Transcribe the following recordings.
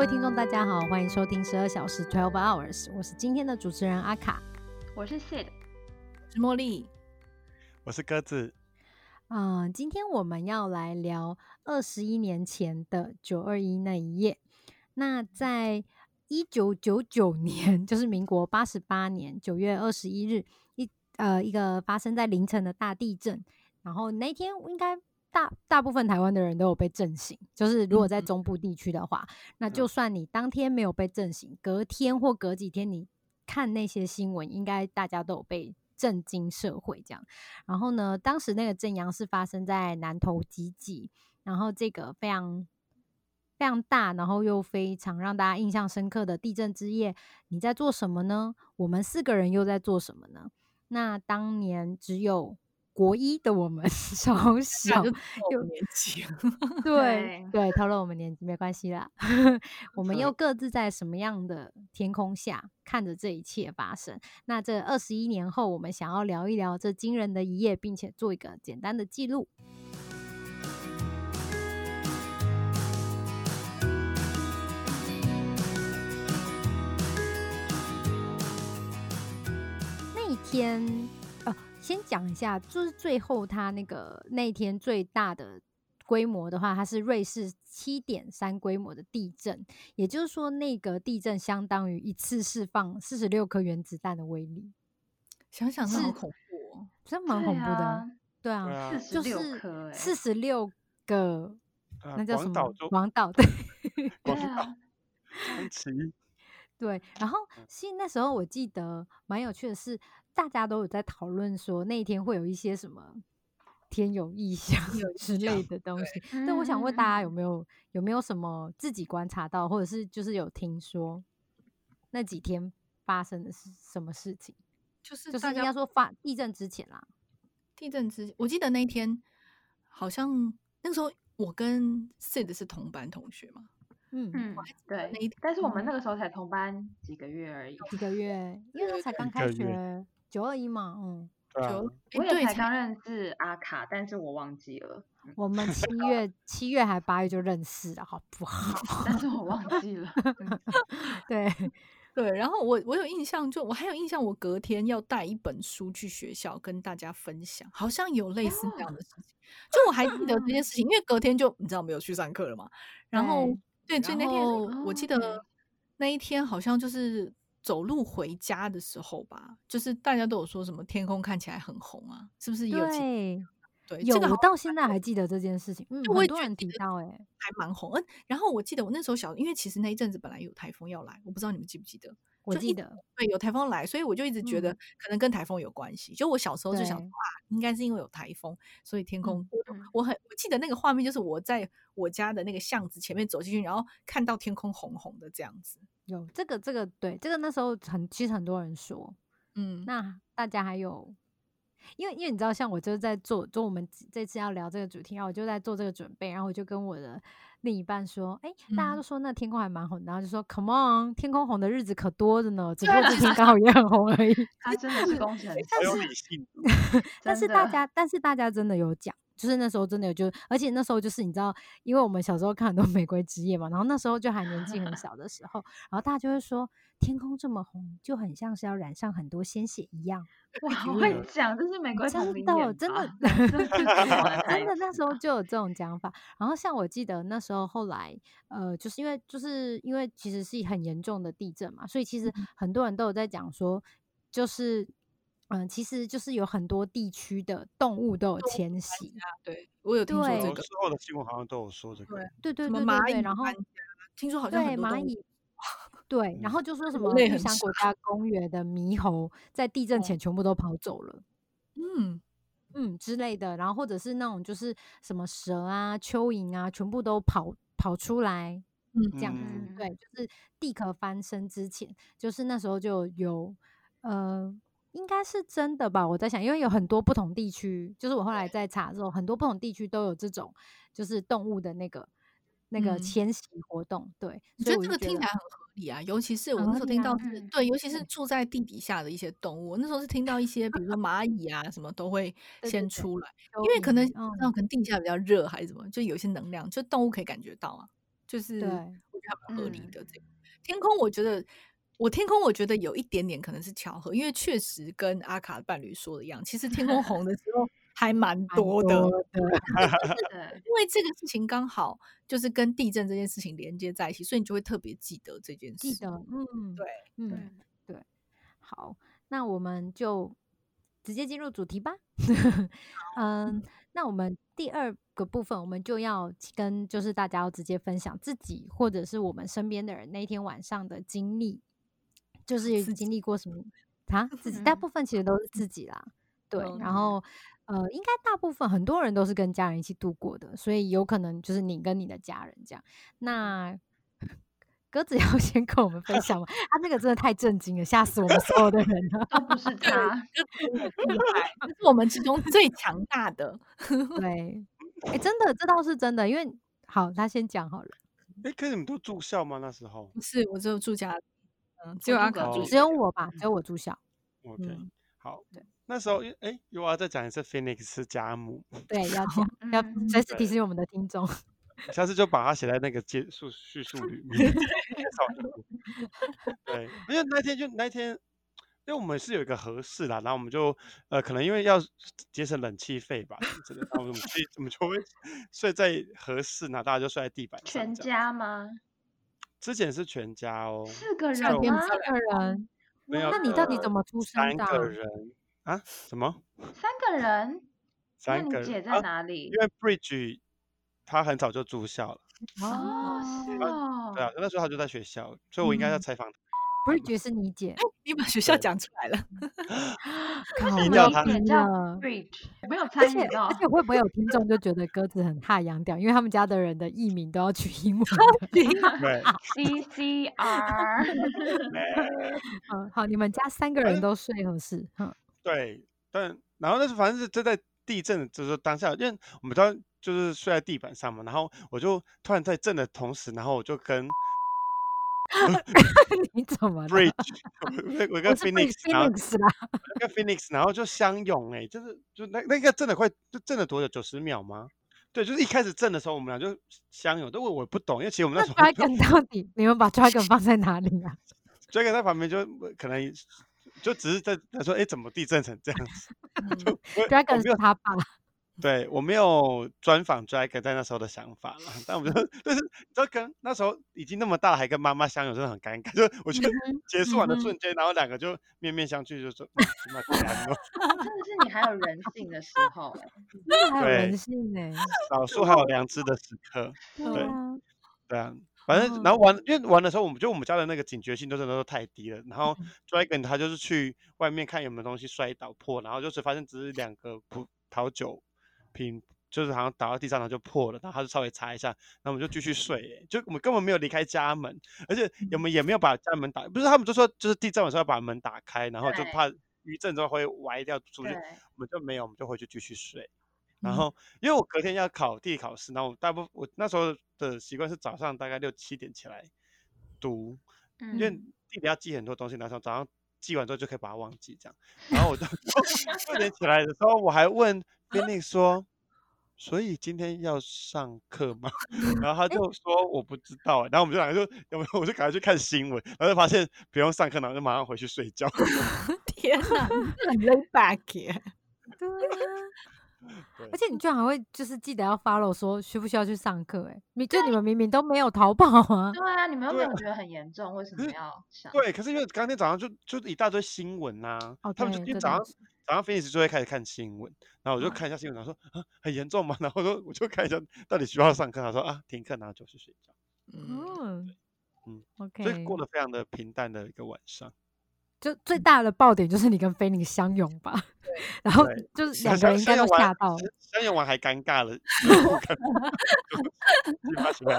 位听众大家好，欢迎收听12小时 12 hours， 我是今天的主持人阿卡， 我是 Sid， 我是茉莉， 我是鸽子。 今天我们要来聊21年前的921那一夜。那在1999年，就是民国88年9月21日，一个发生在凌晨的大地震。然后那天应该大部分台湾的人都有被震醒，就是如果在中部地区的话，那就算你当天没有被震醒，隔天或隔几天你看那些新闻，应该大家都有被震惊社会这样。然后呢，当时那个震央是发生在南投集集，然后这个非常非常大，然后又非常让大家印象深刻的地震之夜，你在做什么呢？我们4个人又在做什么呢？那当年只有国一的我们超小， 有年纪对，透露我们年纪没关系啦。我们又各自在什么样的天空下看着这一切发生？那这21年后，我们想要聊一聊这惊人的一夜，并且做一个简单的记录。那一天先讲一下，就是最后他那一天最大的规模的话，它是瑞士7.3规模的地震，也就是说那个地震相当于一次释放46颗原子弹的威力。 想想是好恐怖哦， 真蛮恐怖的。对啊，就是46个那叫什么王岛，对， 广岛长崎。 对，然后其实那时候我记得蛮有趣的是，大家都有在讨论说那一天会有一些什么天有异象之类的东西。但我想问大家有没有什么自己观察到，或者是就是有听说那几天发生的是什么事情？就是应该说地震之前啦。 地震之前，我记得那一天好像那个时候我跟 Sid 是同班同学嘛。 对，但是我们那个时候才同班几个月而已， 几个月，因为他才刚开学，921嘛， 我也才刚认识阿卡，但是我忘记了。 我们7月还8月就认识了，好不好？ 但是我忘记了。 对，然后我有印象，我还有印象，我隔天要带一本书去学校跟大家分享，好像有类似这样的事情。就我还记得这件事情，因为隔天就你知道没有去上课了嘛，然后对，所以那天我记得那一天好像就是走路回家的时候吧，就是大家都有说什么天空看起来很红啊，是不是有？对， 有，我到现在还记得这件事情。很多人提到还蛮红。然后我记得我那时候小，因为其实那一阵子本来有台风要来，我不知道你们记不记得？ 我记得， 对，有台风来，所以我就一直觉得可能跟台风有关系。就我小时候就想说应该是因为有台风，所以天空。我记得那个画面就是我在我家的那个巷子前面走进去，然后看到天空红红的这样子。 有这个对，这个那时候其实很多人说，那大家还有。因为你知道，像我就是在做，就我们这次要聊这个主题，然后我就在做这个准备，然后我就跟我的另一半说，大家都说那天空还蛮红，然后就说 Come on， 天空红的日子可多着呢，只不过这天刚好也很红而已。 他真的是工程师， 很有理性。 但是大家真的有讲，就是那时候真的有而且那时候就是你知道，因为我们小时候看很多玫瑰之夜嘛，然后那时候就还年纪很小的时候，然后大家就会说天空这么红，就很像是要染上很多鲜血一样。 哇，好会讲，这是玫瑰同龄眼， 真的那时候就有这种讲法。然后像我记得那时候后来就是因为其实是很严重的地震嘛，所以其实很多人都有在讲说，就是其实就是有很多地区的动物都有迁徙。 对，我有听说这个， 之后的新闻好像都有说这个。 对， 什么蚂蚁， 然后听说好像很多蚂蚁。对，然后就说什么玉山国家公园的猕猴在地震前全部都跑走了，之类的，然后或者是那种就是什么蛇啊、蚯蚓啊，全部都跑出来，这样子，对，就是地壳翻身之前，就是那时候就有应该是真的吧，我在想，因为有很多不同地区，就是我后来在查的时候，很多不同地区都有这种就是动物的那个迁徙活动。对， 我觉得这个听起来很合理啊，尤其是我那时候听到对，尤其是住在地底下的一些动物，那时候是听到一些比如说蚂蚁啊什么都会先出来，因为可能地下比较热还是什么，就有些能量，就动物可以感觉到啊。就是我觉得还蛮合理的。天空我觉得有一点点可能是巧合，因为确实跟阿卡的伴侣说的一样，其实天空红的时候还蛮多的。因为这个事情刚好就是跟地震这件事情连接在一起，所以你就会特别记得这件事。 记得， 对。 好，那我们就直接进入主题吧。那我们第二个部分，我们就要跟就是大家要直接分享自己或者是我们身边的人那天晚上的经历，就是经历过什么自己大部分其实都是自己啦，对，然后应该大部分很多人都是跟家人一起度过的，所以有可能就是你跟你的家人这样。那鸽子要先跟我们分享吗？他那个真的太震惊了，吓死我们所有的人了。 都不是他， 这是我们其中最强大的。 对，真的，这倒是真的，因为好，他先讲好了。 可是你们都住校吗？那时候不是，我只有住家，只有阿卡住， 只有我吧，只有我住校。 OK，好，那时候又要再讲一次 Phoenix 是家母， 对，要讲，要随时提醒我们的听众。 下次就把它写在那个叙述里面。对，因为那天，因为我们是有一个合适啦，然后我们就可能因为要节省冷气费吧，真的，然后我们就会睡在合适，然后大家就睡在地板上。 全家吗？ 之前是全家哦 ，4个人吗 ？4 个人？ 没有， 那你到底怎么出生的？ 3个人啊？什么 ？3个人？ ？3个人？ 那你姐在哪里？ 因为 Bridge 他很早就住校了。 是哦。 对啊，那时候他就在学校，所以我应该要采访他。 Bridge 是你姐， 你把学校讲出来了。 为什么你姐叫 Bridge？没有参与到。 而且会不会有听众就觉得鸽子很怕洋屌，因为他们家的人的艺名都要取英文的。 对 CCR。 好，你们家3个人都睡合适。 对，然后那时候反正是就在地震，就是当下，因为我们都就是睡在地板上嘛，然后我就突然在震的同时，然后我就跟你怎么了 Bridge， 我跟 Phoenix， 跟 Phoenix， 然后就相拥，就那个震的就震了多久？90秒吗？对，就是一开始震的时候，我们俩就相拥，但我不懂，因为其实我们那时候 Dragon 到底你们把 Dragon 放在哪里啊 ？Dragon 在旁边就可能就只是在说，怎么地震成这样子 ？Dragon 是他爸。 对，我没有专访 Dragon 在那时候的想法了，但我觉得，但是就跟那时候已经那么大了，还跟妈妈相拥，真的很尴尬。就我觉得结束完的瞬间，然后2个就面面相觑，就说那太难了。 真的是你还有人性的时候， 真的还有人性呢， 少数还有良知的时刻。对啊。反正然后因为玩的时候，我们家的那个警觉性都太低了。然后 Dragon 他就是去外面看有没有东西摔倒破，然后就是发现只是2个葡萄酒瓶，就是好像倒到地上，然后就破了，然后他就稍微擦一下，然后我们就继续睡。就我们根本没有离开家门，而且我们也没有把家门打，不是他们就说就是地震的时候要把门打开，然后就怕余震之后会歪掉出去，我们就没有，我们就回去继续睡。然后因为我隔天要考地理考试，然后我那时候的习惯是早上大概6、7点起来读，因为地理要记很多东西，然后早上记完之后就可以把它忘记这样。然后我就6点起来的时候，我还问 Phoenix 说，所以今天要上课吗？然后他就说我不知道。然后我们就2个我就赶快去看新闻，然后就发现不用上课，然后就马上回去睡觉。 天哪，很 lay back 耶。 对啊。而且你居然还会就是记得要 follow 说需不需要去上课，你们明明都没有逃跑啊。 对啊，你们又没有觉得很严重，为什么要上？ 对，可是因为当天早上就一大堆新闻啊，他们就一早上 Phoenix 就会开始看新闻，然后我就看一下新闻，然后说很严重吗？然后我就看一下到底需要上课，他说停课，然后就去睡觉。 OK， 所以过得非常的平淡的一个晚上。 就最大的爆点就是你跟Phoenix相拥吧，然后就是2个人应该都吓到了， 相拥完还尴尬了。 可是这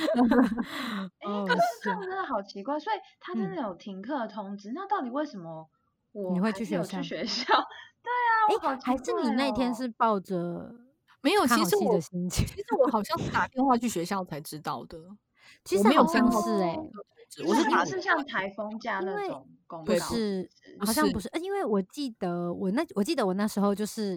样真的好奇怪，所以他真的有停课通知，那到底为什么你会去学校？对啊，还是你那天是抱着没有？其实我好像是打电话去学校才知道的。 其实好像是我是打是像台风假那种公告， 不是，好像不是，因为我记得我那时候就是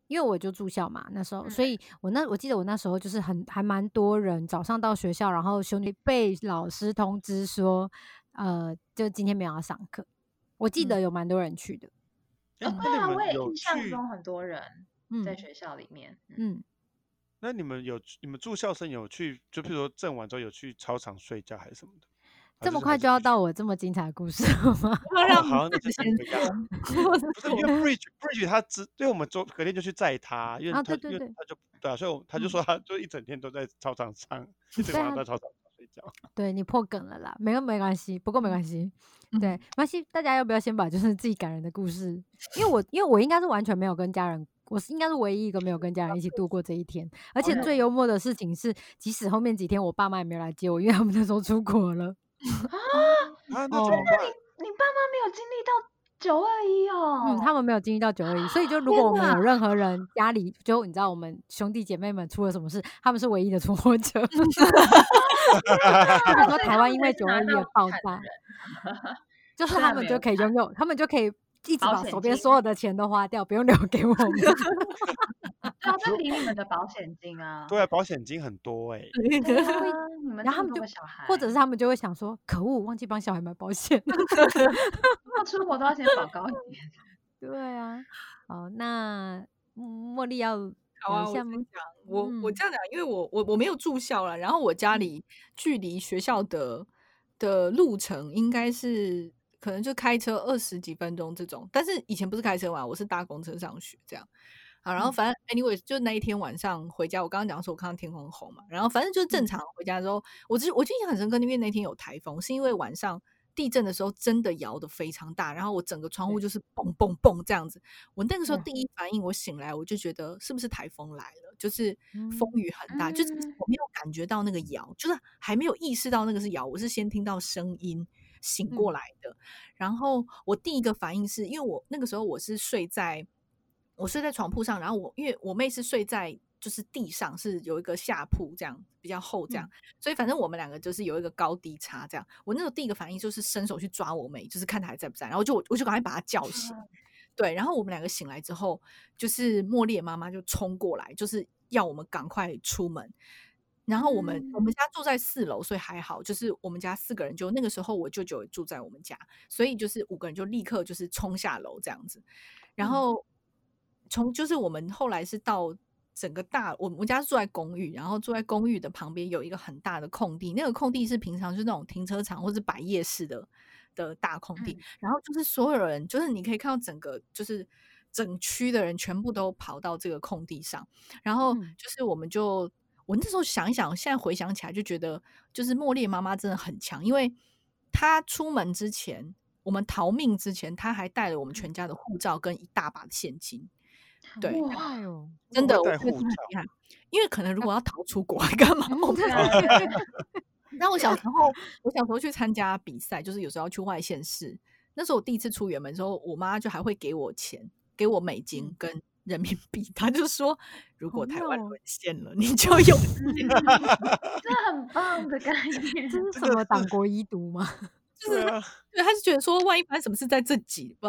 因为我就住校嘛那时候，所以我记得我那时候就是还蛮多人早上到学校，然后兄弟被老师通知说，就今天没有要上课。我记得有蛮多人去的。 对啊，我也印象中很多人在学校里面。 那你们住校生有去，就譬如说正晚之后有去操场睡觉还是什么的？ 这么快就要到我这么精彩的故事了吗？ 好，那就先说。 不是因为 Bridge 他因为我们隔天就去载他，因为他就对啊，所以他就说他就一整天都在操场上，一整晚上在操场上睡觉。对， 你破梗了啦，没关系，不过没关系，对，没关系。大家要不要先把就是自己感人的故事？因为我应该是完全没有跟家人。我应该是唯一一个没有跟家人一起度过这一天，而且最幽默的事情是，即使后面几天我爸妈也没有来接我，因为他们那时候出国了。 那你爸妈没有经历到921哦？ 他们没有经历到921，所以就如果我们有任何人家里就你知道我们兄弟姐妹们出了什么事，他们是唯一的存活者。比如说台湾因为921的爆炸，就是他们就可以拥有，他们就可以一直把手边所有的钱都花掉，不用留给我们。 这比你们的保险金啊。 对啊，保险金很多哎。 你们这么多个小孩， 或者是他们就会想说，可恶，忘记帮小孩买保险。 出国都要先保高一点。 对啊，好，那茉莉要好啊，我这样讲，因为我没有住校了，然后我家里距离学校的路程应该是可能就开车20几分钟这种，但是以前不是开车嘛，我是搭公车上学这样。好，然后反正 anyway 就那一天晚上回家，我刚刚讲说我看到天空红嘛，然后反正就正常回家之后，我就印象很深刻，因为那天有台风，是因为晚上地震的时候真的摇得非常大，然后我整个窗户就是蹦蹦蹦这样子。我那个时候第一反应，我醒来我就觉得是不是台风来了，就是风雨很大，就是我没有感觉到那个摇，就是还没有意识到那个是摇，我是先听到声音醒过来的。然后我第一个反应是因为我那个时候我是睡在床铺上，然后因为我妹是睡在就是地上，是有一个下铺这样比较厚这样，所以反正我们两个就是有一个高低差这样。我那时候第一个反应就是伸手去抓我妹，就是看她还在不在，然后我就赶快把她叫醒。对，然后我们两个醒来之后，就是茉莉的妈妈就冲过来，就是要我们赶快出门。然后我们家住在4楼，所以还好，就是我们家4个人，就那个时候我舅舅也住在我们家，所以就是5个人就立刻就是冲下楼这样子。然后就是我们后来是到整个我们家是住在公寓，然后住在公寓的旁边有一个很大的空地，那个空地是平常就是那种停车场或是摆夜市的大空地，然后就是所有人就是你可以看到整个就是整区的人全部都跑到这个空地上，然后就是我那时候想一想，现在回想起来就觉得就是茉莉妈妈真的很强，因为她出门之前，我们逃命之前，她还带了我们全家的护照跟一大把的现金。对，真的，我觉得很厉害。因为可能如果要逃出国，干嘛？那我小时候去参加比赛，就是有时候要去外县市。那时候我第一次出远门的时候，我妈就还会给我钱，给我美金跟人民币。她就说，如果台湾沦陷了，你就有钱。 这很棒的概念。 这是什么党国遗毒吗？ 就是对，他是觉得说，万一发生什么事在这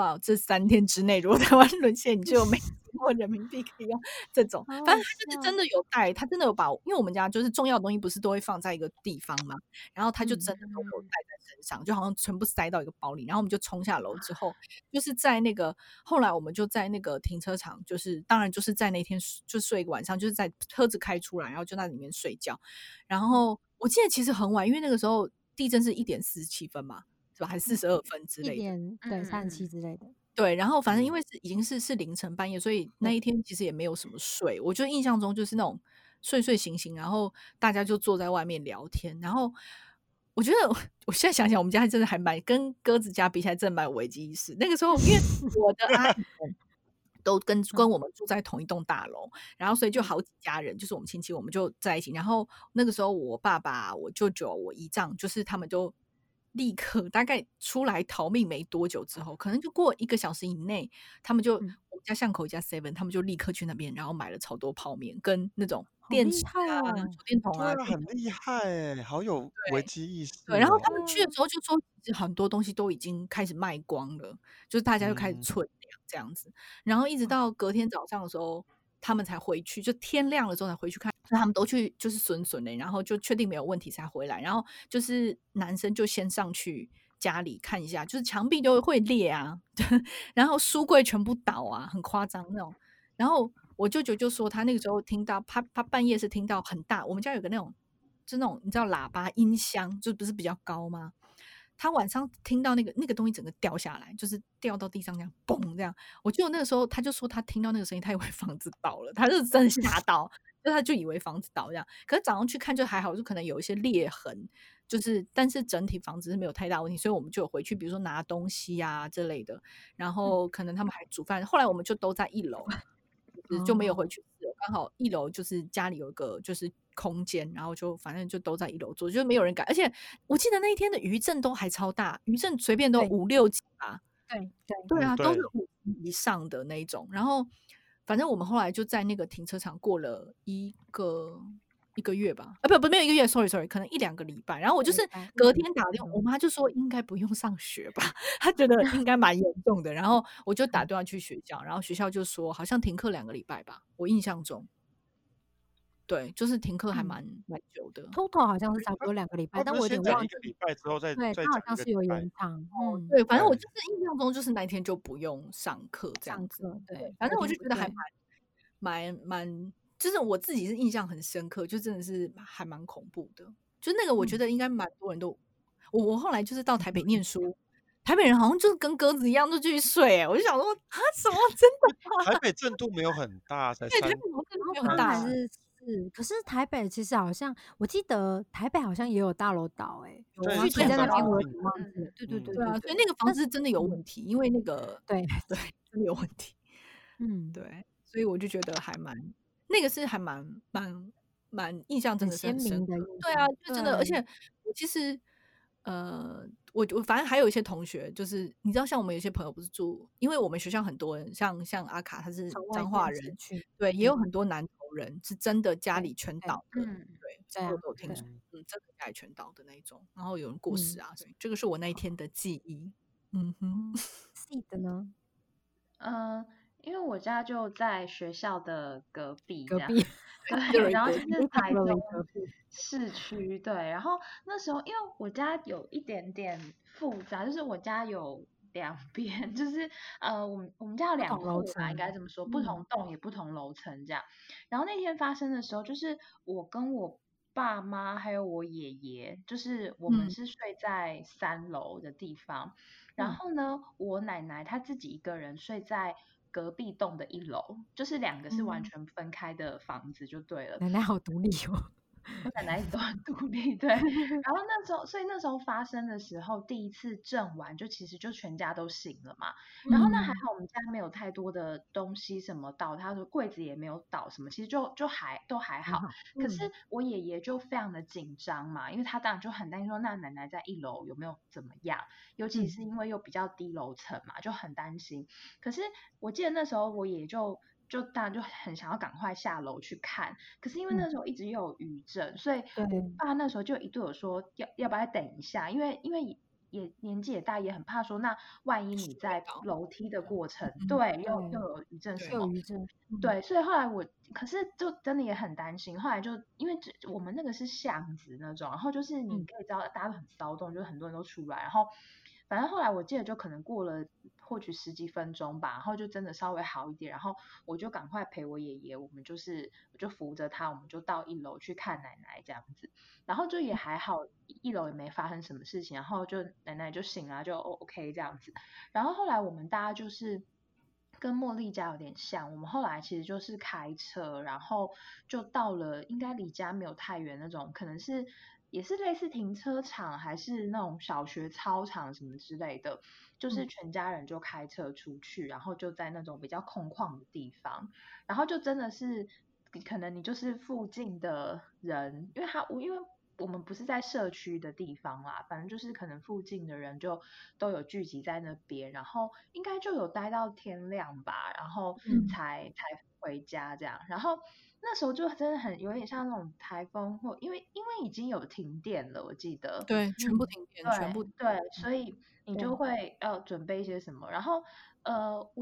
3天之内，如果台湾沦陷，你就有美金或人民币可以用。这种，反正他就是真的有带，他真的有把，因为我们家就是重要的东西不是都会放在一个地方嘛，然后他就真的都有带在身上，就好像全部塞到一个包里，然后我们就冲下楼之后，就是在那个后来我们就在那个停车场，就是当然就是在那天就睡一个晚上，就是在车子开出来，然后就在里面睡觉。然后我记得其实很晚，因为那个时候地震是1点47分嘛，是吧？还是42分之类的 ？1点对37之类的。 对，然后反正因为已经是凌晨半夜，所以那一天其实也没有什么睡。我就印象中就是那种睡醒醒，然后大家就坐在外面聊天。然后我觉得我现在想想，我们家真的还蛮跟鸽子家比起来，真的蛮有危机意识。那个时候，因为我的阿姨们都跟我们住在同一栋大楼，然后所以就好几家人，就是我们亲戚，我们就在一起。然后那个时候，我爸爸、我舅舅、我姨丈，就是他们就立刻大概出来逃命没多久之后，可能就过1个小时以内，他们就我们家巷口一家 7， 他们就立刻去那边，然后买了超多泡面跟那种电池啊、手电筒啊， 很厉害哎，好有危机意识。 对，然后他们去的时候就说，其实很多东西都已经开始卖光了，就是大家就开始存粮这样子。然后一直到隔天早上的时候， 他们才回去，就天亮了之后才回去看，所以他们都去就是损嘞，然后就确定没有问题才回来，然后就是男生就先上去家里看一下，就是墙壁就会裂啊，然后书柜全部倒啊，很夸张那种。然后我舅舅就说他那个时候听到他半夜是听到很大，我们家有个那种就那种你知道喇叭音箱，就不是比较高吗？他晚上听到那个东西整个掉下来，就是掉到地上这样嘣这样。我记得那个时候他就说他听到那个声音，他以为房子倒了，他是真的吓到，就他就以为房子倒这样。可是早上去看就还好，就可能有一些裂痕，就是但是整体房子是没有太大问题，所以我们就有回去，比如说拿东西啊之类的，然后可能他们还煮饭。后来我们就都在1楼，就没有回去4楼，刚好1楼就是家里有一个就是空间，然后就反正就都在1楼做，就没有人敢。而且我记得那一天的余震都还超大，余震随便都5、6级吧。对啊，都是5级以上的那一种。然后反正我们后来就在那个停车场过了一个月吧，没有1个月 ，sorry， 可能1、2个礼拜。然后我就是隔天打电话，我妈就说应该不用上学吧，她觉得应该蛮严重的。然后我就打电话去学校，然后学校就说好像停课2个礼拜吧，我印象中。对，就是停课还蛮久的。 total 好像是差不多2个礼拜，但我有点忘记。 1个礼拜之后再对，他好像是有延长。 对，反正我就是印象中就是那一天就不用上课这样子。 对， 反正我就觉得还蛮，就是我自己是印象很深刻，就真的是还蛮恐怖的。就那个我觉得应该蛮多人都，我后来就是到台北念书，台北人好像就是跟鸽子一样就继续睡，我就想说啊，什么真的？ 台北震度没有很大，才对，台北震度没有很大。 可是台北其实好像，我记得台北好像也有大楼倒，具体在在那边我也忘记了。对啊，所以那个房子真的有问题，因为那个对真的有问题。对，所以我就觉得那个是还蛮印象真的是很深刻。对啊，就真的，而且我其实我反正还有一些同学，就是你知道，像我们有些朋友不是住，因为我们学校很多人，像阿卡他是彰化人，对，也有很多南投人是真的家里全倒的，对，这个都有听说，真的家里全倒的那一种，然后有人过世啊，这个是我那一天的记忆。 记得呢， 因为我家就在学校的隔壁， 对， 然后就是台中市区，对，然后那时候因为我家有一点点复杂，就是我家有2边，就是我们家有2户吧，应该这么说，不同栋也不同楼层这样。然后那天发生的时候，就是我跟我爸妈还有我爷爷，就是我们是睡在3楼的地方，然后呢，我奶奶她自己一个人睡在隔壁栋的1楼，就是2个是完全分开的房子就对了。 奶奶好独立哦。 我奶奶一直都很独立，对。然后所以那时候发生的时候，第一次震完，就其实就全家都醒了嘛。然后那还好，我们家没有太多的东西什么倒，他说柜子也没有倒什么，其实都还好。可是我爷爷就非常的紧张嘛，因为他当然就很担心说，那奶奶在1楼有没有怎么样？尤其是因为又比较低楼层嘛，就很担心。可是我记得那时候我爷就当然就很想要赶快下楼去看，可是因为那时候一直有余震，所以我爸那时候就一度有说要不要等一下，因为也年纪也大，也很怕说那万一你在楼梯的过程，对，又有余震什么，对，所以后来可是就真的也很担心，后来就因为我们那个是巷子那种，然后就是你可以知道大家都很骚动，就很多人都出来，然后反正后来我记得就可能过了或许10几分钟吧，然后就真的稍微好一点，然后我就赶快陪我爷爷，我就扶着他，我们就到1楼去看奶奶这样子，然后就也还好，1楼也没发生什么事情，然后就奶奶就醒了，就 OK 这样子，然后后来我们大家就是跟茉莉家有点像，我们后来其实就是开车，然后就到了应该离家没有太远那种，可能是也是类似停车场还是那种小学操场什么之类的，就是全家人就开车出去，然后就在那种比较空旷的地方，然后就真的是可能你就是附近的人，因为我们不是在社区的地方啦，反正就是可能附近的人就都有聚集在那边，然后应该就有待到天亮吧，然后才回家这样，然后那时候就真的有点像那种台风或因为已经有停电了，我记得对，全部停电，全部对，所以你就会要准备一些什么，然后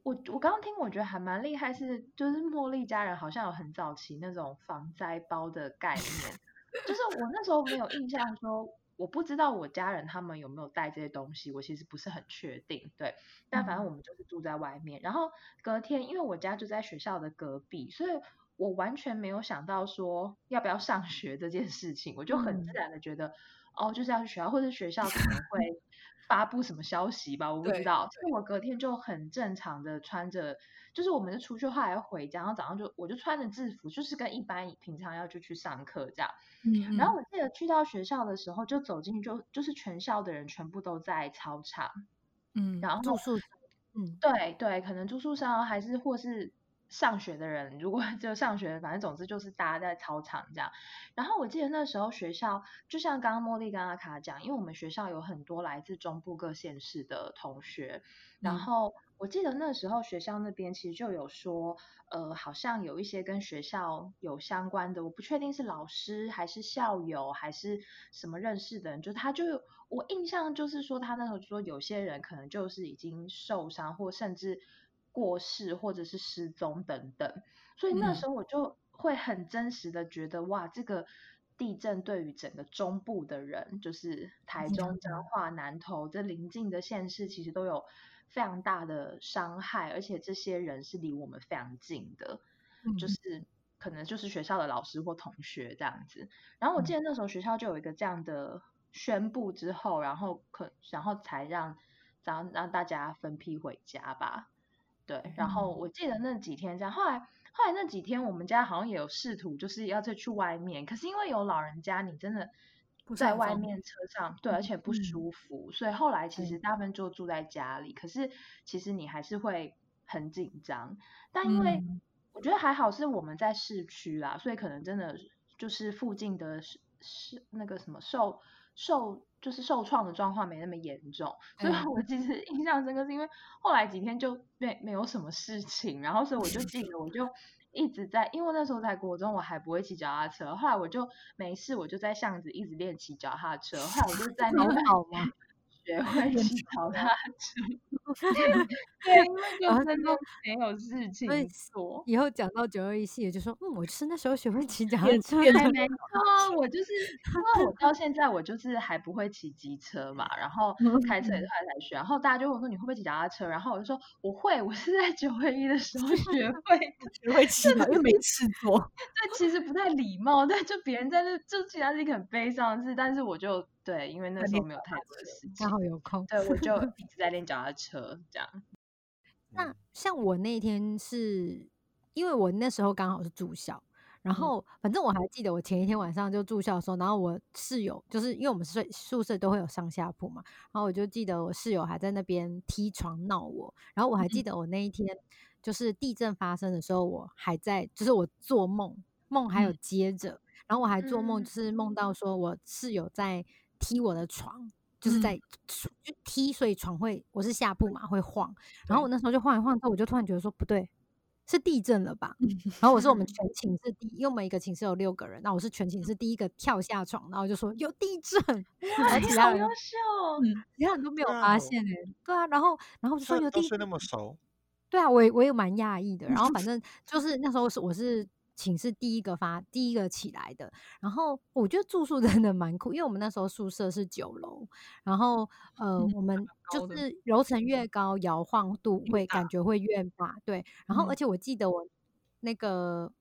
我刚刚听，我觉得还蛮厉害，就是茉莉家人好像有很早期那种防灾包的概念，就是我那时候没有印象说，我不知道我家人他们有没有带这些东西，我其实不是很确定，对，但反正我们就是住在外面，然后隔天因为我家就在学校的隔壁，所以我完全没有想到说要不要上学这件事情，我就很自然的觉得，哦，就是要去学校，或者学校可能会发布什么消息吧，我不知道。所以我隔天就很正常的穿着，就是我们是出去后来要回家，然后早上我就穿着制服，就是跟一般平常要去上课这样。然后我记得去到学校的时候，就走进就是全校的人全部都在操场，然后住宿舍， 对对，可能住宿舍还是或是上学的人，如果就上学，反正总之就是大家在操场这样。然后我记得那时候学校，就像刚刚茉莉跟阿卡讲，因为我们学校有很多来自中部各县市的同学，然后我记得那时候学校那边其实就有说，好像有一些跟学校有相关的，我不确定是老师还是校友还是什么认识的人，我印象就是说他那时候说有些人可能就是已经受伤或甚至过世或者是失踪等等，所以那时候我就会很真实的觉得哇，这个地震对于整个中部的人，就是台中、彰化、南投这邻近的县市，其实都有非常大的伤害，而且这些人是离我们非常近的，就是可能就是学校的老师或同学这样子。然后我记得那时候学校就有一个这样的宣布之后，然后才让大家分批回家吧。对，然后我记得那几天这样，后来那几天我们家好像也有试图就是要再去外面，可是因为有老人家，你真的在外面车上，对，而且不舒服，所以后来其实大部分就住在家里，可是其实你还是会很紧张，但因为我觉得还好是我们在市区啦，所以可能真的就是附近的是那个什么就是受创的状况没那么严重，所以我其实印象深刻是因为后来几天就没有什么事情，然后所以我就记得我就一直在，因为那时候在国中我还不会骑脚踏车，后来我就没事我就在巷子一直练骑脚踏车，后来我就在那边学会骑脚踏车，对，因为就真的没有事情做。 以后讲到921系列就说，我就是那时候学会骑脚踏车， 没错，我就是因为我到现在我就是还不会骑机车嘛，然后开车也是后来才学，然后大家就问我说你会不会骑脚踏车，然后我就说我会，我是在921的时候学会的， 学会骑嘛，因为没事做。 对，其实不太礼貌，但就别人在那，就其他是一个很悲伤的事，但是我就对，因为那时候没有太多的事情， 刚好有空， 对，我就一直在练脚踏车这样。 那像我那一天是因为我那时候刚好是住校，然后反正我还记得我前一天晚上就住校的时候，然后我室友就是因为我们宿舍都会有上下铺嘛，然后我就记得我室友还在那边踢床闹我，然后我还记得我那一天就是地震发生的时候，我还在就是我做梦还有接着，然后我还做梦就是梦到说我室友在踢我的床。就是在踢，所以床我是下铺嘛，会晃。然后我那时候就晃一晃之后，我就突然觉得说不对，是地震了吧？然后我是我们全寝室因为我们一个寝室有6个人，那我是全寝室第一个跳下床，然后就说有地震，然后其他人优秀， 其他人都没有发现对啊，然后就说有地震， 都睡那么熟， 对啊，我也蛮讶异的。然后反正就是那时候我是寝室第一个起来的，然后我觉得住宿真的蛮酷，因为我们那时候宿舍是9楼，然后我们就是楼层越高，摇晃度感觉会越大，对。然后而且我记得我那个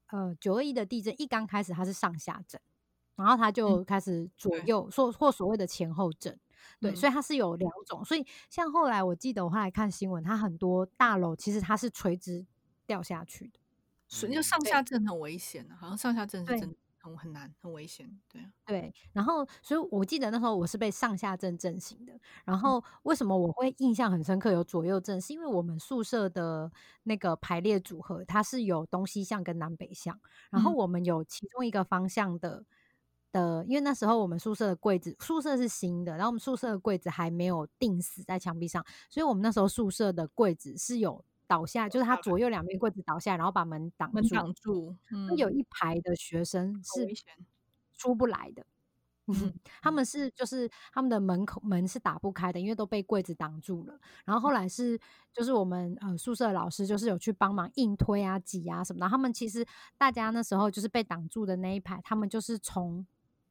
921的地震一刚开始它是上下震，然后它就开始左右或所谓的前后震。对，所以它是有2种，所以像后来我记得我后来看新闻，它很多大楼其实它是垂直掉下去的。 所以就上下震很危险好像上下震是真的很难很危险，对啊。 对，然后所以我记得那时候我是被上下震震醒的，然后为什么我会印象很深刻有左右震，是因为我们宿舍的那个排列组合它是有东西向跟南北向，然后我们有其中一个方向的，因为那时候我们宿舍的柜子，宿舍是新的，然后我们宿舍的柜子还没有钉死在墙壁上，所以我们那时候宿舍的柜子是有倒下，就是它左右两边柜子倒下，然后把门挡住，有一排的学生是出不来的， 他们是就是他们的门是打不开的，因为都被柜子挡住了。然后后来是就是我们宿舍的老师就是有去帮忙硬推啊挤啊什么的。他们其实大家那时候就是被挡住的那一排，他们就是从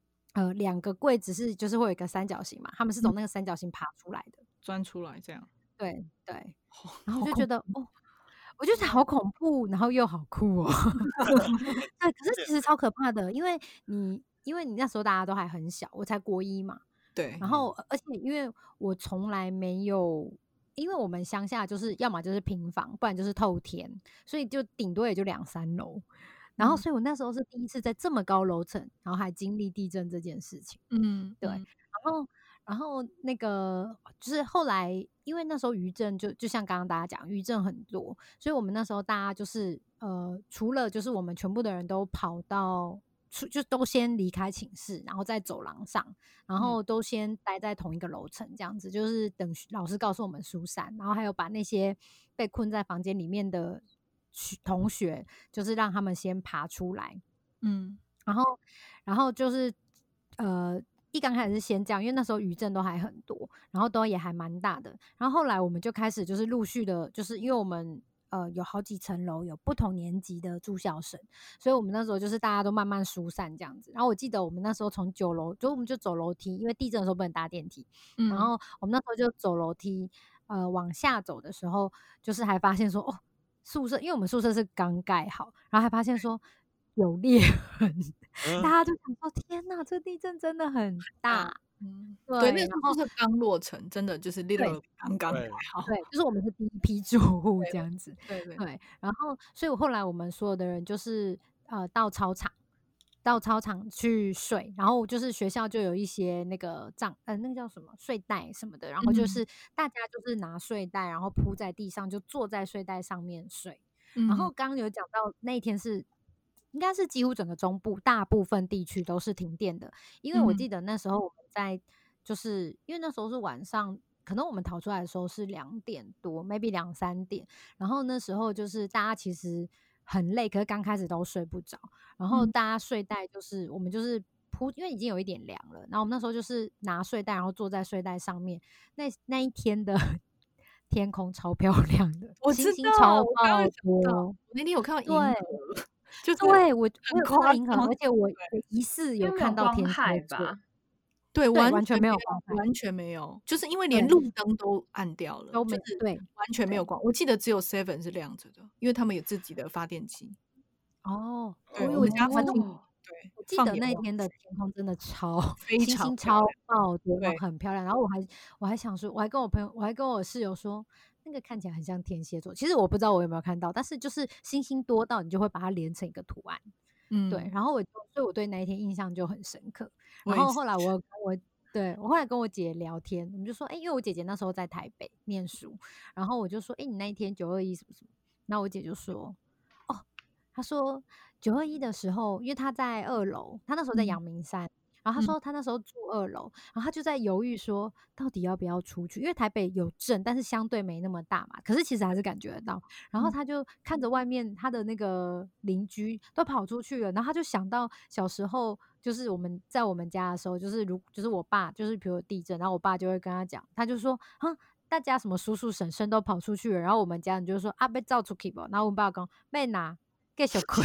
2个柜子是就是会有一个三角形嘛，他们是从那个三角形爬出来的， 钻出来这样。 对对，然后我就觉得我觉得好恐怖，然后又好酷哦。对，可是其实超可怕的，因为你那时候大家都还很小，我才国1嘛。 对， 然后而且因为我从来没有，因为我们乡下就是要么就是平房，不然就是透天，所以就顶多也就2、3楼。然后所以我那时候是第一次在这么高楼层，然后还经历地震这件事情。对，然后那个就是后来，因为那时候余震就像刚刚大家讲，余震很多，所以我们那时候大家就是除了就是我们全部的人都跑到就都先离开寝室，然后在走廊上，然后都先待在同一个楼层，这样子就是等老师告诉我们疏散，然后还有把那些被困在房间里面的同学，就是让他们先爬出来。然后就是一刚开始是先这样，因为那时候余震都还很多，然后都也还蛮大的。然后后来我们就开始就是陆续的，就是因为我们有好几层楼，有不同年级的住校生，所以我们那时候就是大家都慢慢疏散这样子。然后我记得我们那时候从9楼，就我们就走楼梯，因为地震的时候不能搭电梯，然后我们那时候就走楼梯，往下走的时候，就是还发现说宿舍，因为我们宿舍是刚盖好，然后还发现说有裂痕，大家就想说天哪，这地震真的很大。 对，那时候是刚落成，真的就是 literally 刚盖好。 对，就是我们是第一批住户这样子。 对， 然后所以后来我们所有的人就是到操场去睡，然后就是学校就有一些那个那个叫什么睡袋什么的，然后就是大家就是拿睡袋，然后铺在地上，就坐在睡袋上面睡。然后刚刚有讲到那一天是应该是几乎整个中部大部分地区都是停电的，因为我记得那时候我们在就是因为那时候是晚上，可能我们逃出来的时候是2点多 maybe 2、3点，然后那时候就是大家其实很累，可是刚开始都睡不着，然后大家睡袋就是我们就是铺，因为已经有一点凉了，然后我们那时候就是拿睡袋，然后坐在睡袋上面，那一天的天空超漂亮的，星星超爆多。 那天有看到银河，就是对我有看到银河，而且我疑似有看到天蝎座。 对， 完全没有光害， 完全没有，就是因为连路灯都暗掉了， 对， 完全没有光。我记得只有 Seven 是亮着的，因为他们有自己的发电机。 对，我们家对，我记得那天的天空真的星星超爆多，很漂亮。然后我还想说，我还跟我室友说，那个看起来很像天蝎座。其实我不知道我有没有看到，但是就是星星多到你就会把它连成一个图案。对，然后所以我对那一天印象就很深刻。然后后来我后来跟我姐聊天，我们就说，因为我姐姐那时候在台北念书，然后我就说，你那一天921什么什么，然后我姐就说，她说921的时候，因为她在2楼，她那时候在阳明山。然后她说她那时候住2楼，然后她就在犹豫说到底要不要出去，因为台北有震，但是相对没那么大嘛，可是其实还是感觉得到。然后她就看着外面她的那个邻居都跑出去了，然后她就想到小时候就是我们在我们家的时候，就是我爸就是比如地震，然后我爸就会跟他讲，他就说大家什么叔叔婶婶都跑出去了，然后我们家人就说被照出去不，然后我们爸讲被拿继续困。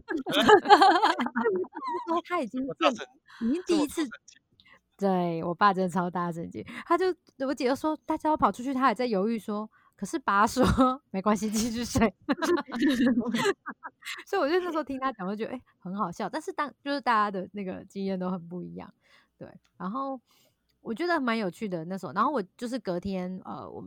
他已经第一次，对，我爸真的超大神经，我姐就说大家都跑出去，他还在犹豫说，可是爸说没关系继续睡。所以我就那时候听他讲，我就觉得很好笑，但是就是大家的那个经验都很不一样。对，然后我觉得蛮有趣的那时候，然后我就是隔天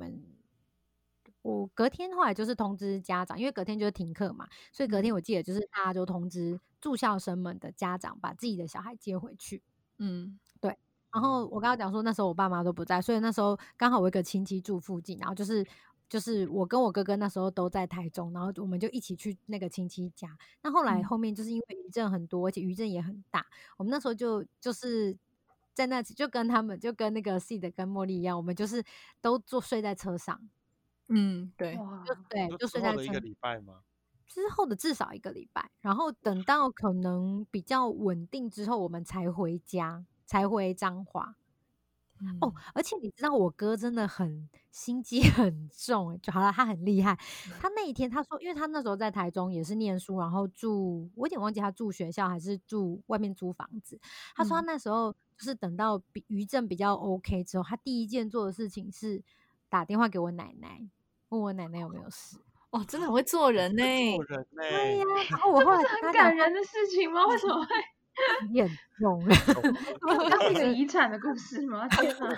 我隔天后来就是通知家长，因为隔天就是停课嘛，所以隔天我记得就是大家就通知住校生们的家长把自己的小孩接回去。对。然后我刚刚讲说那时候我爸妈都不在，所以那时候刚好我一个亲戚住附近，然后就是我跟我哥哥那时候都在台中，然后我们就一起去那个亲戚家。那后来后面就是因为余震很多，而且余震也很大，我们那时候就是在那就跟他们就跟那个 Seed 跟茉莉一样，我们就是都睡在车上。 对， 就睡在一个礼拜吗？ 之后的至少1个礼拜，然后等到可能比较稳定之后，我们才回家， 才回彰化。 嗯而且你知道我哥真的很心机很重，就好了，他很厉害。他那一天他说，因为他那时候在台中也是念书，然后住，我有点忘记他住学校还是住外面租房子。他说他那时候就是等到余震比较 OK 之后，他第一件做的事情是打电话给我奶奶，问我奶奶有没有事。 哦，真的很会做人呢。 做人呢、 对呀、然后我后来这不是很跟他讲说， 感人的事情吗？为什么会？ 严重。 这是一个遗产的故事吗？天哪！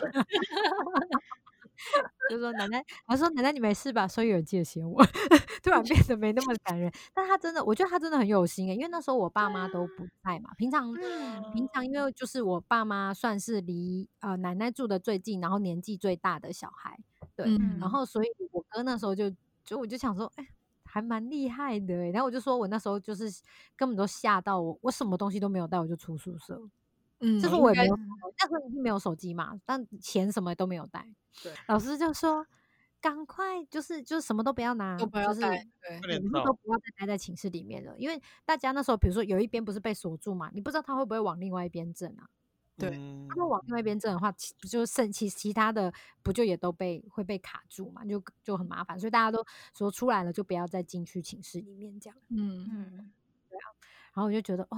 就说奶奶，他说奶奶你没事吧？所以有人借钱我，突然变得没那么感人。但他真的，我觉得他真的很有心因为那时候我爸妈都不在嘛。平常因为就是我爸妈算是离奶奶住的最近，然后年纪最大的小孩，对，然后所以我哥那时候我就想说，还蛮厉害的然后我就说我那时候就是根本都吓到我什么东西都没有带，我就出宿舍。这时候我也没有，那时候已经没有手机嘛，但钱什么都没有带。 对， 老师就说赶快就是什么都不要拿， 都不要带，对， 以后都不要再待在寝室里面了，因为大家那时候比如说有一边不是被锁住嘛，你不知道他会不会往另外一边震啊。 对， 他们往另外一边震的话，就剩其他的不就也都会被卡住嘛，就很麻烦，所以大家都说出来了就不要再进去寝室里面这样。对啊，然后我就觉得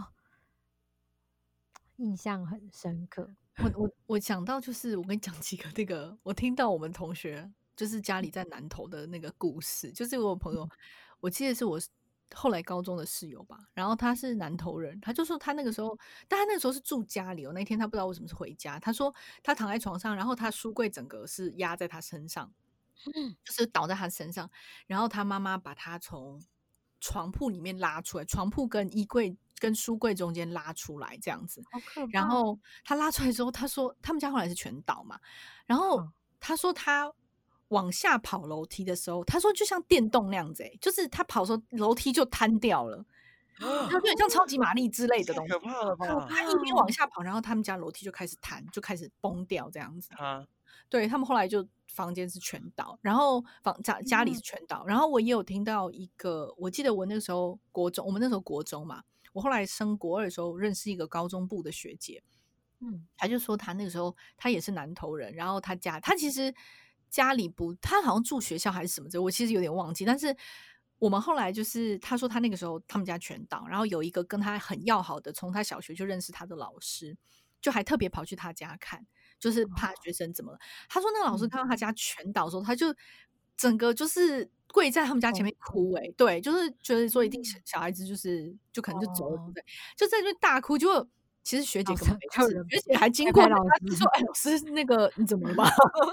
印象很深刻。 我想到就是我跟你讲几个那个，我听到我们同学就是家里在南投的那个故事，就是我朋友，我记得是我后来高中的室友吧，然后他是南投人，他就说他那个时候，但他那个时候是住家里那天他不知道为什么是回家，他说他躺在床上，然后他书柜整个是压在他身上，就是倒在他身上，然后他妈妈把他从床铺里面拉出来，床铺跟衣柜跟书柜中间拉出来这样子， 好可怕。 然后他拉出来之后，他说他们家后来是全倒嘛，然后他说他往下跑楼梯的时候，他说就像电动那样子就是他跑的时候楼梯就瘫掉了。它有点像超级玛丽之类的东西， 可怕了吧？ 他一边往下跑，然后他们家楼梯就开始弹，就开始崩掉这样子。对，他们后来就房间是全倒，然后家里是全倒。然后我也有听到一个，我记得我那个时候我们那时候国中嘛，我后来升国2的时候认识一个高中部的学姐，他就说他那个时候他也是南投人，然后他其实家里他好像住学校还是什么我其实有点忘记，但是我们后来就是他说他那个时候他们家全倒，然后有一个跟他很要好的，从他小学就认识他的老师，就还特别跑去他家看，就是怕学生怎么了。他说那个老师看到他家全倒的时候，他就整个就是跪在他们家前面哭对，就是觉得说一定小孩子就可能就走了，对不对？就在那边大哭，就其实学姐根本没事，学姐还经过他就说：“老师，那个你怎么了吗？”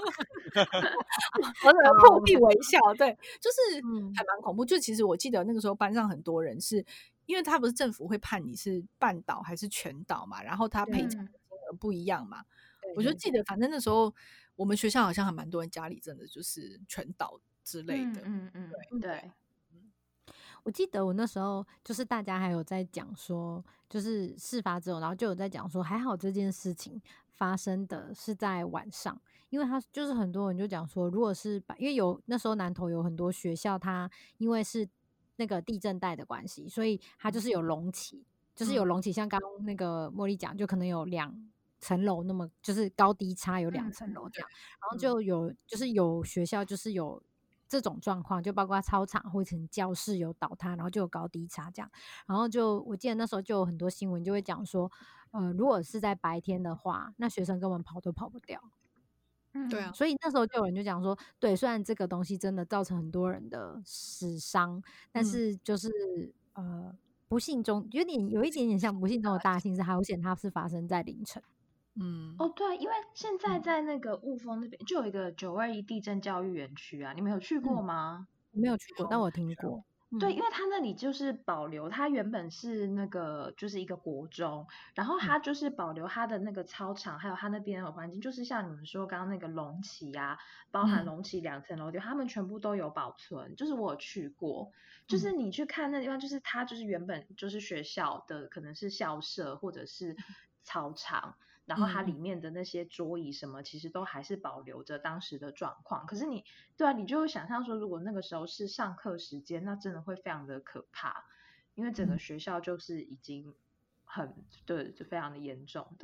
破涕为笑，对，就是还蛮恐怖。就其实我记得那个时候班上很多人是因为他不是政府会判你是半倒还是全倒嘛，然后他赔偿的金额不一样嘛。我就记得反正那时候我们学校好像还蛮多人家里真的就是全倒之类的。 对。 我记得我那时候就是大家还有在讲说，就是事发之后，然后就有在讲说，还好这件事情发生的是在晚上，因为他就是很多人就讲说，如果是因为那时候南投有很多学校，它因为是那个地震带的关系，所以它就是有隆起，像刚刚那个茉莉讲，就可能有2层楼，那么就是高低差有2层楼这样，然后就是有学校就是有这种状况，就包括操场或者教室有倒塌，然后就有高低差这样。然后我记得那时候就有很多新闻就会讲说，如果是在白天的话，那学生根本跑都跑不掉。 对啊， 所以那时候就有人就讲说，对，虽然这个东西真的造成很多人的死伤，但是就是不幸中有一点点像不幸中的大幸，是好险它是发生在凌晨。 对，因为现在在那个雾峰那边就有一个921地震教育园区啊，你们有去过吗？ 我没有去过，但我听过。 对，因为它那里就是保留，它原本是那个就是一个国中，然后它就是保留它的那个操场，还有它那边的环境，就是像你们说刚刚那个隆起啊，包含隆起2层楼的，他们全部都有保存。就是我有去过，就是你去看那地方，就是它就是原本就是学校的，可能是校舍或者是操场。然后它里面的那些桌椅什么，其实都还是保留着当时的状况。可是你就会想象说，如果那个时候是上课时间，那真的会非常的可怕，因为整个学校就是已经就非常的严重的。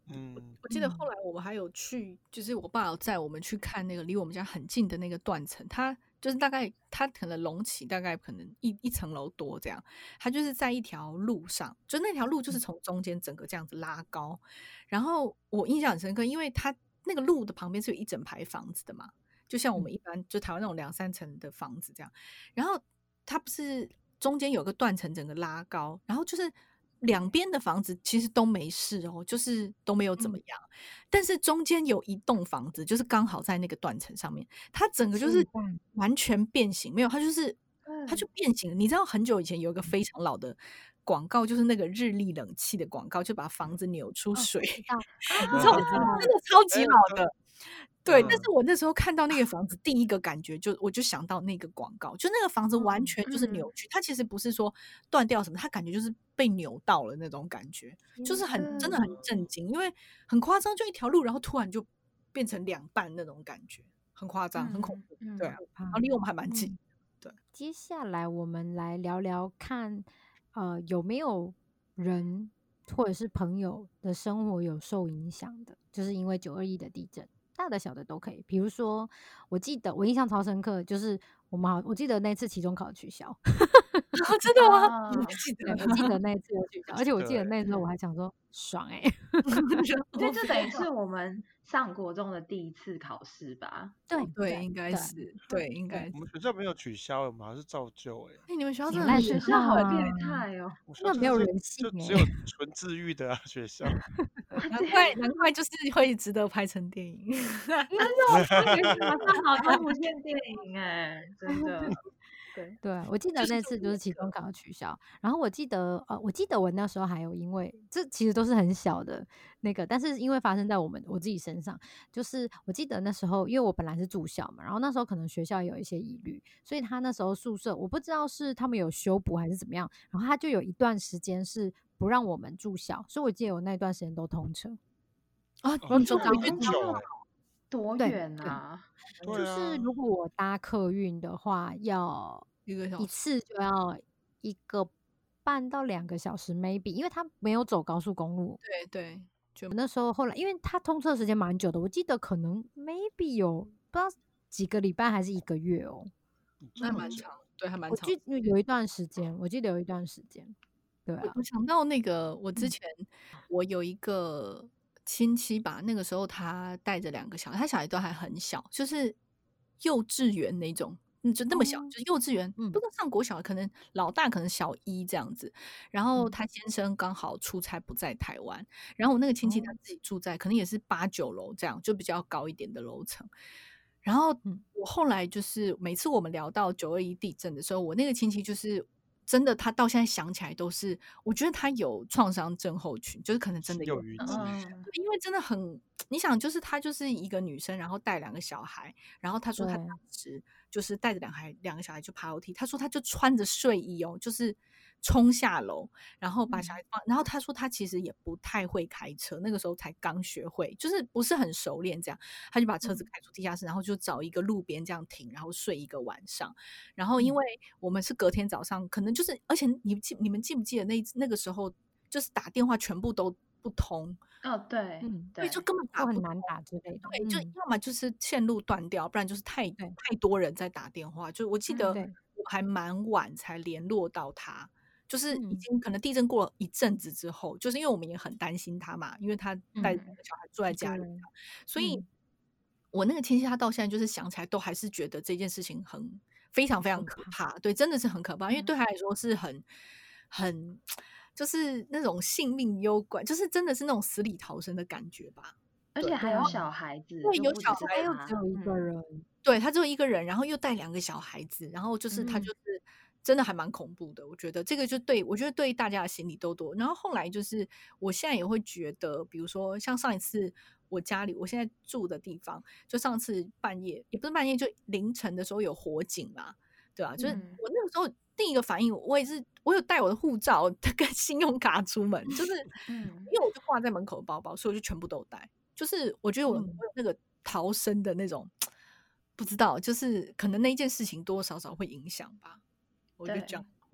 我记得后来我们还有去，就是我爸有载我们去看那个离我们家很近的那个断层，它就是大概它可能隆起大概可能一层楼多这样，它就是在一条路上，就那条路就是从中间整个这样子拉高，然后我印象很深刻，因为它那个路的旁边是有一整排房子的嘛，就像我们一般就台湾那种2-3层的房子这样，然后它不是中间有个断层整个拉高，然后就是两边的房子其实都没事哦，就是都没有怎么样，但是中间有一栋房子就是刚好在那个断层上面，它整个就是完全变形，没有它就变形了。你知道很久以前有一个非常老的广告，就是那个日立冷气的广告，就把房子扭出水，你知道真的超级老的。对，但是我那时候看到那个房子，第一个感觉我就想到那个广告，就那个房子完全就是扭曲，它其实不是说断掉什么，它感觉就是被扭到了那种感觉，就是真的很震惊，因为很夸张，就一条路，然后突然就变成2半那种感觉，很夸张，很恐怖，对啊，然后离我们还蛮近。对， 接下来我们来聊聊看，有没有人或者是朋友的生活有受影响的，就是因为921的地震，大的小的都可以。比如说，我记得我印象超深刻，就是我记得那次期中考取消， 真的吗？ 我记得那次有取消，而且我记得那时候我还想说爽我觉得这等于是我们上国中的第一次考试吧？ 对，应该是，对，应该是。 我们学校没有取消，我们还是照旧。 你们学校真的学校好变态哦！ 那没有人性， 就只有纯治愈的学校。 难怪就是会值得拍成电影。 因为我看好多无线电影真的。 对，我记得那次就是期中考取消，然后我记得我那时候还有因为这其实都是很小的那个，但是因为发生在我自己身上，就是我记得那时候因为我本来是住校嘛，然后那时候可能学校有一些疑虑，所以他那时候宿舍我不知道是他们有修补还是怎么样，然后他就有一段时间是不让我们住校，所以我记得我那段时间都通车啊， 你住很久多远啊？ 就是如果我搭客运的话，要一次就要1个半到2个小时 maybe， 因为他没有走高速公路。 对， 就那时候后来，因为他通车时间蛮久的，我记得可能 maybe 有不知道几个礼拜还是1个月哦， 那蛮长，对，还蛮长。 我记得有一段时间，对啊。 我想到那个，我之前我有一个亲戚吧，那个时候他带着2个小孩，他小孩都还很小，就是幼稚园那种，就那么小，就是幼稚园，不知道上国小，可能老大可能小1这样子。然后他先生刚好出差不在台湾，然后我那个亲戚他自己住在可能也是8、9楼这样，就比较高一点的楼层。然后我后来就是每次我们聊到921地震的时候，我那个亲戚就是真的，他到现在想起来都是，我觉得他有创伤症候群，就是可能真的有余因为真的很，你想，就是她就是一个女生，然后带2个小孩，然后她说她当时就是带着2个小孩就爬楼梯，她说她就穿着睡衣哦，就是冲下楼，然后把小孩放，然后她说她其实也不太会开车，那个时候才刚学会，就是不是很熟练这样，她就把车子开出地下室，然后就找一个路边这样停，然后睡1个晚上。然后因为我们是隔天早上，可能就是，而且你们记不记得那个时候就是打电话全部都不通对， 对，就根本打不很难打之类的， 对，就要么就是线路断掉，不然就是太多人在打电话。就我记得我还蛮晚才联络到他，就是已经可能地震过了一阵子之后，就是因为我们也很担心他嘛，因为他带2个小孩住在家里，所以我那个亲戚他到现在就是想起来都还是觉得这件事情非常非常可怕，对，真的是很可怕，因为对他来说是很就是那种性命攸关，就是真的是那种死里逃生的感觉吧。 而且还有小孩子， 对，有小孩， 又只有1个人， 对，他只有1个人，然后又带2个小孩子，然后就是他就是真的还蛮恐怖的。我觉得这个我觉得对大家的心理都多。然后后来就是我现在也会觉得，比如说像上一次我现在住的地方，就上次半夜也不是半夜，就凌晨的时候有火警嘛，对吧？就是我那个时候第一个反应，我有带我的护照跟信用卡出门，就是因为我就挂在门口的包包，所以我就全部都带。就是我觉得我有那个逃生的那种，不知道，就是可能那一件事情多多少少会影响吧。我就这样。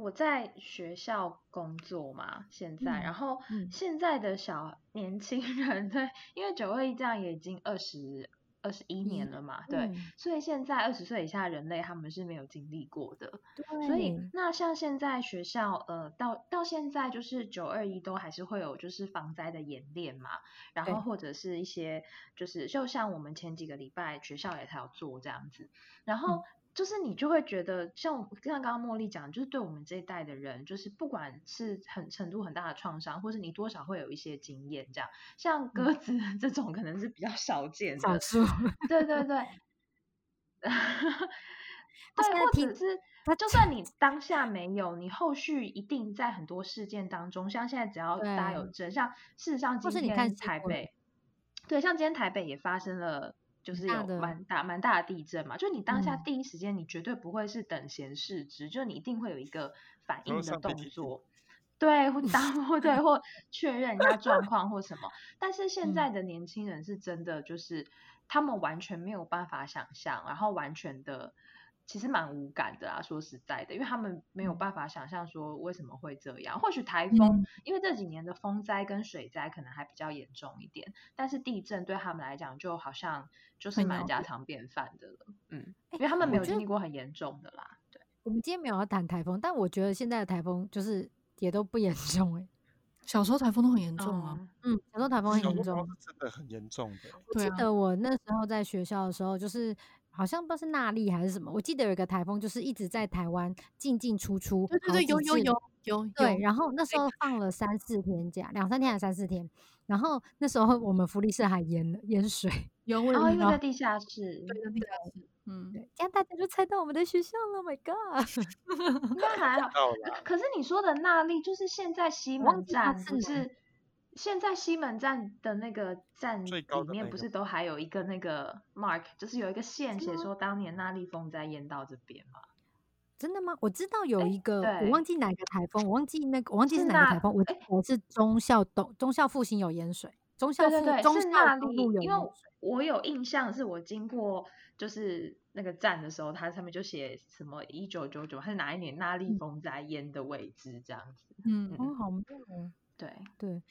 我在学校工作嘛，现在，然后现在的年轻人，对，因为921这样也已经21年了嘛，对，所以现在20岁以下的人类他们是没有经历过的，所以那像现在学校到现在就是921都还是会有就是防灾的演练嘛，然后或者是一些就像我们前几个礼拜学校也才有做这样子，然后就是你就会觉得像刚刚茉莉讲，就是对我们这一代的人，就是不管是程度很大的创伤，或是你多少会有一些经验这样，像鸽子这种可能是比较少见的， 少数， 对对对，对，或者是就算你当下没有，你后续一定在很多事件当中，像现在只要大家有像事实上今天台北，对，像今天台北也发生了。就是有蛮大的地震嘛，就你当下第一时间你绝对不会是等闲视之，就你一定会有一个反应的动作，对，或确认一下状况或什么。但是现在的年轻人是真的就是他们完全没有办法想象，然后完全的其实蛮无感的啊，说实在的，因为他们没有办法想象说为什么会这样。或许台风，因为这几年的风灾跟水灾可能还比较严重一点，但是地震对他们来讲就好像就是蛮家常便饭的了，因为他们没有经历过很严重的啦。对， 我们今天没有要谈台风，但我觉得现在的台风就是也都不严重小时候台风都很严重啊， 小时候台风很严重， 真的很严重的。 我记得我那时候在学校的时候，就是好像不知道是纳莉还是什么，我记得有一个台风就是一直在台湾进出， 对，有， 对，然后那时候放了3-4天假，2-3天还是3-4天，然后那时候我们福利社还淹水， 因为在地下室， 对，在地下室。 对，这样大家就猜到我们的学校了 ，My God！ 应该还好。可是你说的纳莉，就是现在西门站不是？现在西门站的那个站里面不是都还有一个那个 mark， 就是有一个线写说当年纳莉风灾淹到这边吗？ 真的吗？我知道有一个，我忘记哪个台风，我忘记是哪个台风，我记得是忠孝复兴有淹水，忠孝东路有淹水。 因为我有印象，是我经过就是那个站的时候，它上面就写什么1999还是哪一年纳莉风灾淹的位置这样子。 好妙哦。 对，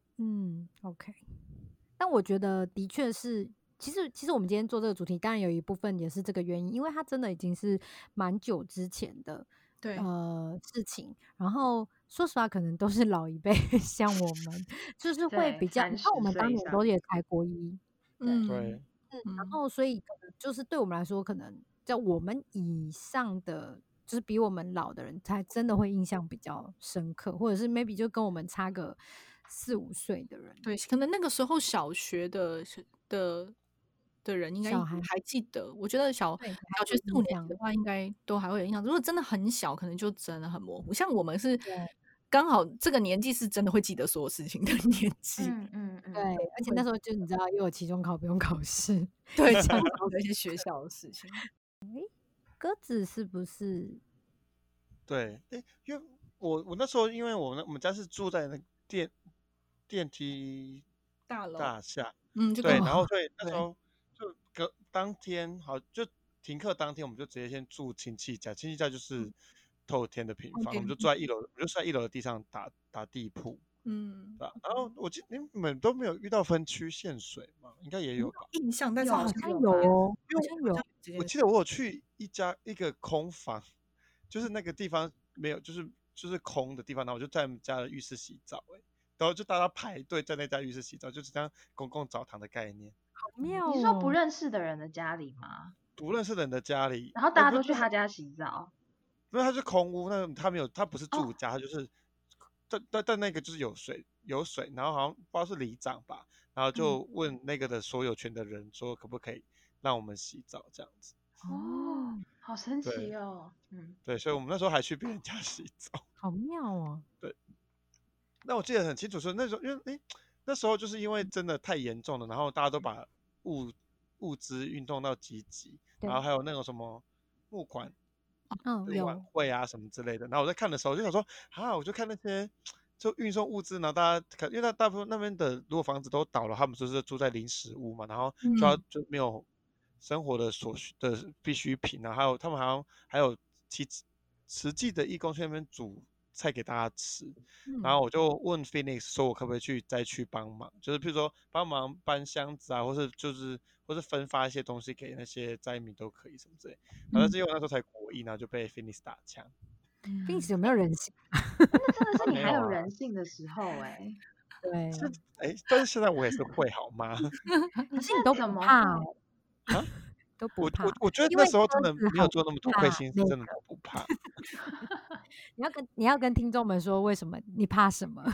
OK。但我觉得的确是，其实我们今天做这个主题，当然有一部分也是这个原因，因为它真的已经是蛮久之前的事情。然后说实话，可能都是老一辈像我们，就是会比较，你看我们当年都也才国一， 对， 然后所以可能就是对我们来说，可能在我们以上的。就是比我们老的人才真的会印象比较深刻，或者是 maybe 就跟我们差个4-5岁的人， 对，可能那个时候小学的人应该还记得。我觉得小学4-5年级的话，应该都还会有印象。如果真的很小，可能就真的很模糊。像我们是刚好这个年纪，是真的会记得所有事情的年纪。 对，而且那时候就你知道，又有期中考不用考试， 对，讲到的一些学校的事情。 鸽子是不是？ 对，因为我那时候，因为我们家是住在那电梯大厦，对，然后所以那时候就当天好就停课当天，我们就直接先住亲戚家，亲戚家就是透天的平房，我们就住在1楼，我就在1楼的地上打地铺。对吧？然后我记得你们都没有遇到分区限水吗？应该也有吧？ 印象，但是好像有哦， 我记得我有去一个空房，就是那个地方没有，就是空的地方，然后我就在我们家的浴室洗澡，然后就大家排队在那家浴室洗澡，就是这样公共澡堂的概念。 好妙哦！ 你是说不认识的人的家里吗？ 不认识的人的家里， 然后大家都去他家洗澡。 因为他是空屋，他不是住家，他就是。但那个就是有水，然后好像不知道是里长吧，然后就问那个的所有权的人说可不可以让我们洗澡这样子。 哦，好神奇哦。 对，所以我们那时候还去别人家洗澡， 好妙哦。 对，那我记得很清楚，说那时候因为那时候就是因为真的太严重了，然后大家都把物资运动到集，然后还有那种什么募款。晚会啊什么之类的，然后我在看的时候就想说我就看那些就运送物资，然后大家因为大部分那边的如果房子都倒了，他们就是住在临时屋嘛，然后就没有生活的所需的必需品啊，还有他们好像还有实际的义工去那边煮菜给大家吃，然嗯后我就问 Phoenix 说，我可不可以再去帮忙，就是譬如说帮忙搬箱子啊，或是分发一些东西给那些灾民都可以什么之类。但是因为我那时候才国一，然后就被 Phoenix 打枪。 Phoenix 有没有人性？ 那真的是你没有啊还有人性的时候哎、 对， 但是现在我也是会好吗？ 你可是你都现在怎么不怕会？ 哦， 啊， 都不怕， 我觉得因为那时候真的鸽子没有好做那么多怕亏心事， 那真的都不怕。 你要跟听众们说为什么你怕什么？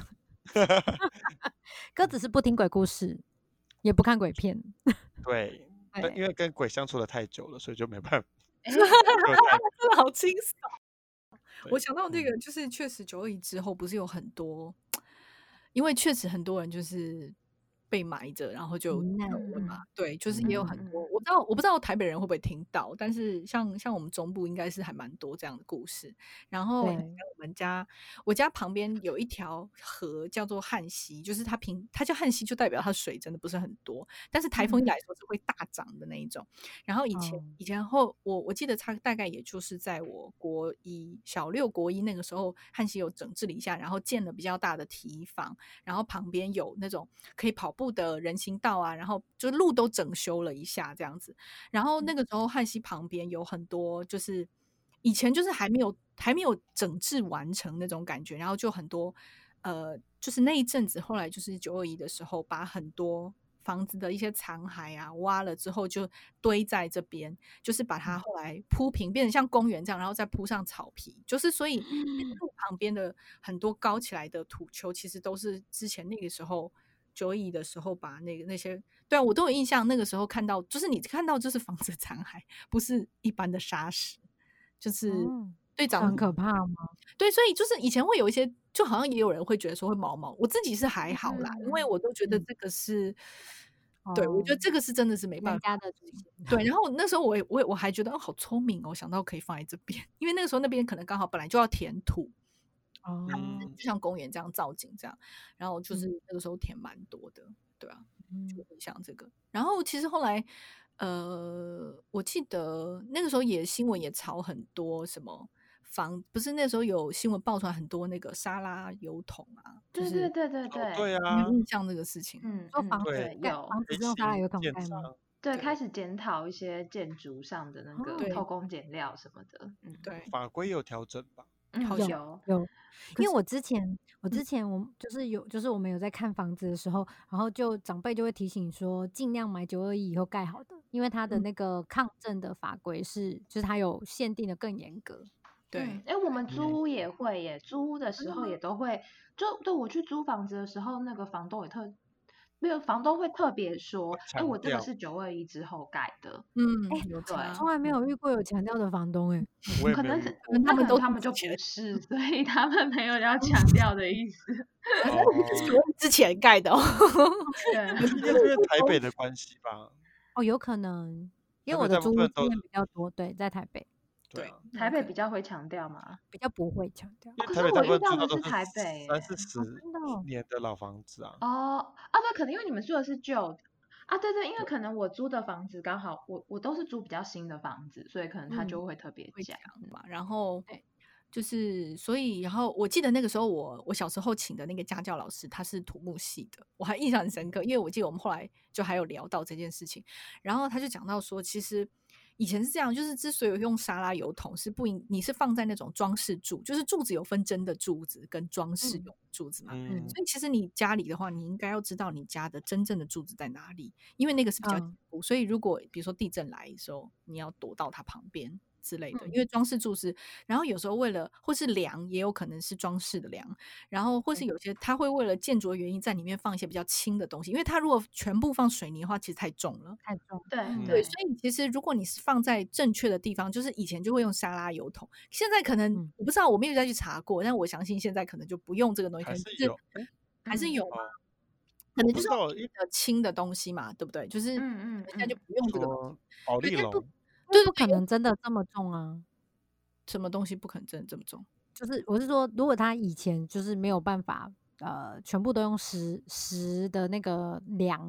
鸽子是不听鬼故事，也不看鬼片， 对，但因对， 为跟鬼相处的太久了，所以就没办法。 哎、 就太真的好清爽。我对想到这个，就是确实921之后，不是有很多，因为确实很多人就是被埋着，然后就罹难走了嘛。 嗯对，就是也有很多， 嗯我不知道台北人会不会听到，但是像我们中部应该是还蛮多这样的故事。然后对像我家旁边有一条河叫做旱溪，就是它叫旱溪，就代表它水真的不是很多，但是台风一来说是会大涨的那一种。然后哦以前后，我记得它大概也就是在我小6国一那个时候，旱溪有整治了一下，然后建了比较大的堤防，然后旁边有那种可以跑步的人行道啊，然后就路都整修了一下这样子。然后那个时候旱溪旁边有很多就是以前就是还没有整治完成那种感觉，然后就很多就是那一阵子，后来就是921的时候，把很多房子的一些残骸啊挖了之后，就堆在这边，就是把它后来铺平，变成像公园这样，然后再铺上草皮，就是所以那个路旁边的很多高起来的土丘，其实都是之前那个时候921的时候把那些，对啊，我都有印象。那个时候看到，就是你看到就是房子的残骸，不是一般的沙石，就是哦， 对长很可怕吗？ 对，所以就是以前会有一些，就好像也有人会觉得说会毛毛，我自己是还好啦，因为我都觉得这个是，对我觉得这个是真的是没办人法。 家的祖先， 对，然后那时候我还觉得好聪明哦，想到可以放在这边，因为那个时候那边可能刚好本来就要填土， 哦， 就像公园这样造景这样，然后就是那个时候填蛮多的，对啊，就很像这个。然后其实后来，我记得那个时候新闻也炒很多什么不是那时候有新闻爆出来很多那个沙拉油桶啊，就是对对对对哦， 对， 对你有啊， 印象这个事情？ 说房对子盖有房子黑是用沙拉油桶建盖吗？ 商对， 对开始检讨一些建筑上的那个对偷工减料什么的。 对， 法规有调整吧？ 好有有， 有，因为可是我之前我们就是我们有在看房子的时候，然后就长辈就会提醒说，尽量买921以后盖好的，因为它的那个抗震的法规就是它有限定的更严格。 对， 哎，我们租屋也会耶，租屋的时候也都会，对我去租房子的时候，那个房东没有房东会特别说，哎， 强调我这个是921之后盖的， 有对差从来没有遇过有强调的房东我也可能是没有遇过。 他们都他们就不是，所以他们没有要强调的意思。 之前盖的哦。 对， 应该是因为台北的关系吧？ 哦，有可能，因为台北我的租屋大部分都经验比较多，对，在台北对啊， 台北比较会强调嘛。 比较不会强调。 因为可台北大部分是我遇到住的都的是台北耶。 30、 真的哦 40年的老房子啊。 对，可能因为你们住的是旧的啊，对对，因为可能我租的房子刚好我都是租比较新的房子，所以可能他就会特别会讲。 嘛，然后对就是所以，然后我记得那个时候我小时候请的那个家教老师，他是土木系的，我还印象很深刻，因为我记得我们后来就还有聊到这件事情，然后他就讲到说，其实以前是这样，就是之所以用沙拉油桶是你是放在那种装饰柱，就是柱子有分真的柱子跟装饰用的柱子嘛，所以其实你家里的话，你应该要知道你家的真正的柱子在哪里，因为那个是比较坚固，所以如果比如说地震来的时候，你要躲到它旁边之类的，因为装饰柱是，然后有时候为了或是梁，也有可能是装饰的梁，然后或是有些它会为了建筑的原因在里面放一些比较轻的东西，因为它如果全部放水泥的话，其实太重了。 太重， 对所以其实如果你是放在正确的地方，就是以前就会用沙拉油桶，现在可能我不知道，我没有再去查过，但我相信现在可能就不用这个东西， 还是就是有， 还是有吗？可我能就是不知道， 用轻的东西嘛，对不对？就是现在就不用这个东西。 保利龙， 对，不可能真的这么重啊！ 什么东西不可能真的这么重？ 就是我是说，如果他以前就是没有办法，全部都用实的那个梁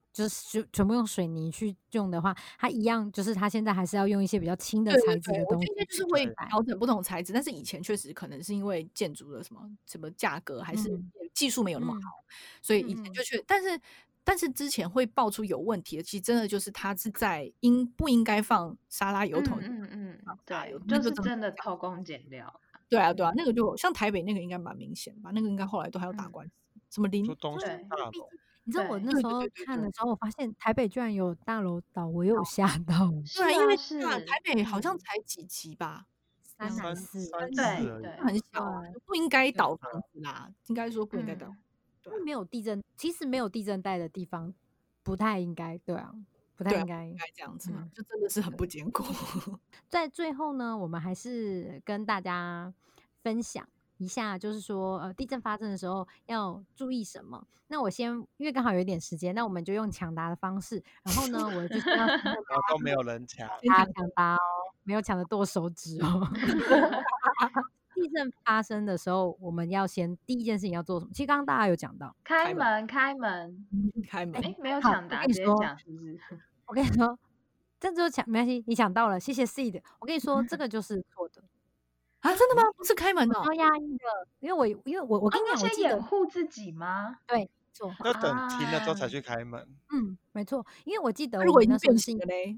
就是全部用水泥去用的话，它一样就是它现在还是要用一些比较轻的材质的东西。 我觉得就是会调整不同材质，但是以前确实可能是因为建筑的什么价格还是技术没有那么好，所以以前就但是之前会爆出有问题的，其实真的就是它是在不应该放沙拉油桶， 对，就是真的偷工减料。 对啊，那个就像台北那个应该蛮明显吧，那个应该后来都还要打官司，什么东西大楼。 你知道我那时候看的时候，我发现台北居然有大楼倒，我有吓到。 对，因为台北好像才几级吧 ，3还是4， 对， 很小，不应该倒房子啦，应该说不应该倒。 因为没有地震，其实没有地震带的地方不太应该，对啊，不太应该这样子嘛，就真的是很不坚固。 在最后呢，我们还是跟大家分享一下，就是说地震发生的时候要注意什么。那我先，因为刚好有一点时间，那我们就用抢答的方式。然后呢，我就是要都没有人抢， 大家抢答哦，没有抢的剁手指哦。地震发生的时候，我们要先第一件事情要做什么？其实刚刚大家有讲到， 开门。没有抢答，直接讲是不是？ 我跟你说，这就抢没关系，你抢到了，谢谢 Seed。我跟你说，这个就是错的啊！真的吗？不是开门超压抑的，因为我跟你讲，我记得掩护自己吗？ 对，错， 要等停了之后才去开门。 没错，因为我记得如果已经变形了嘞。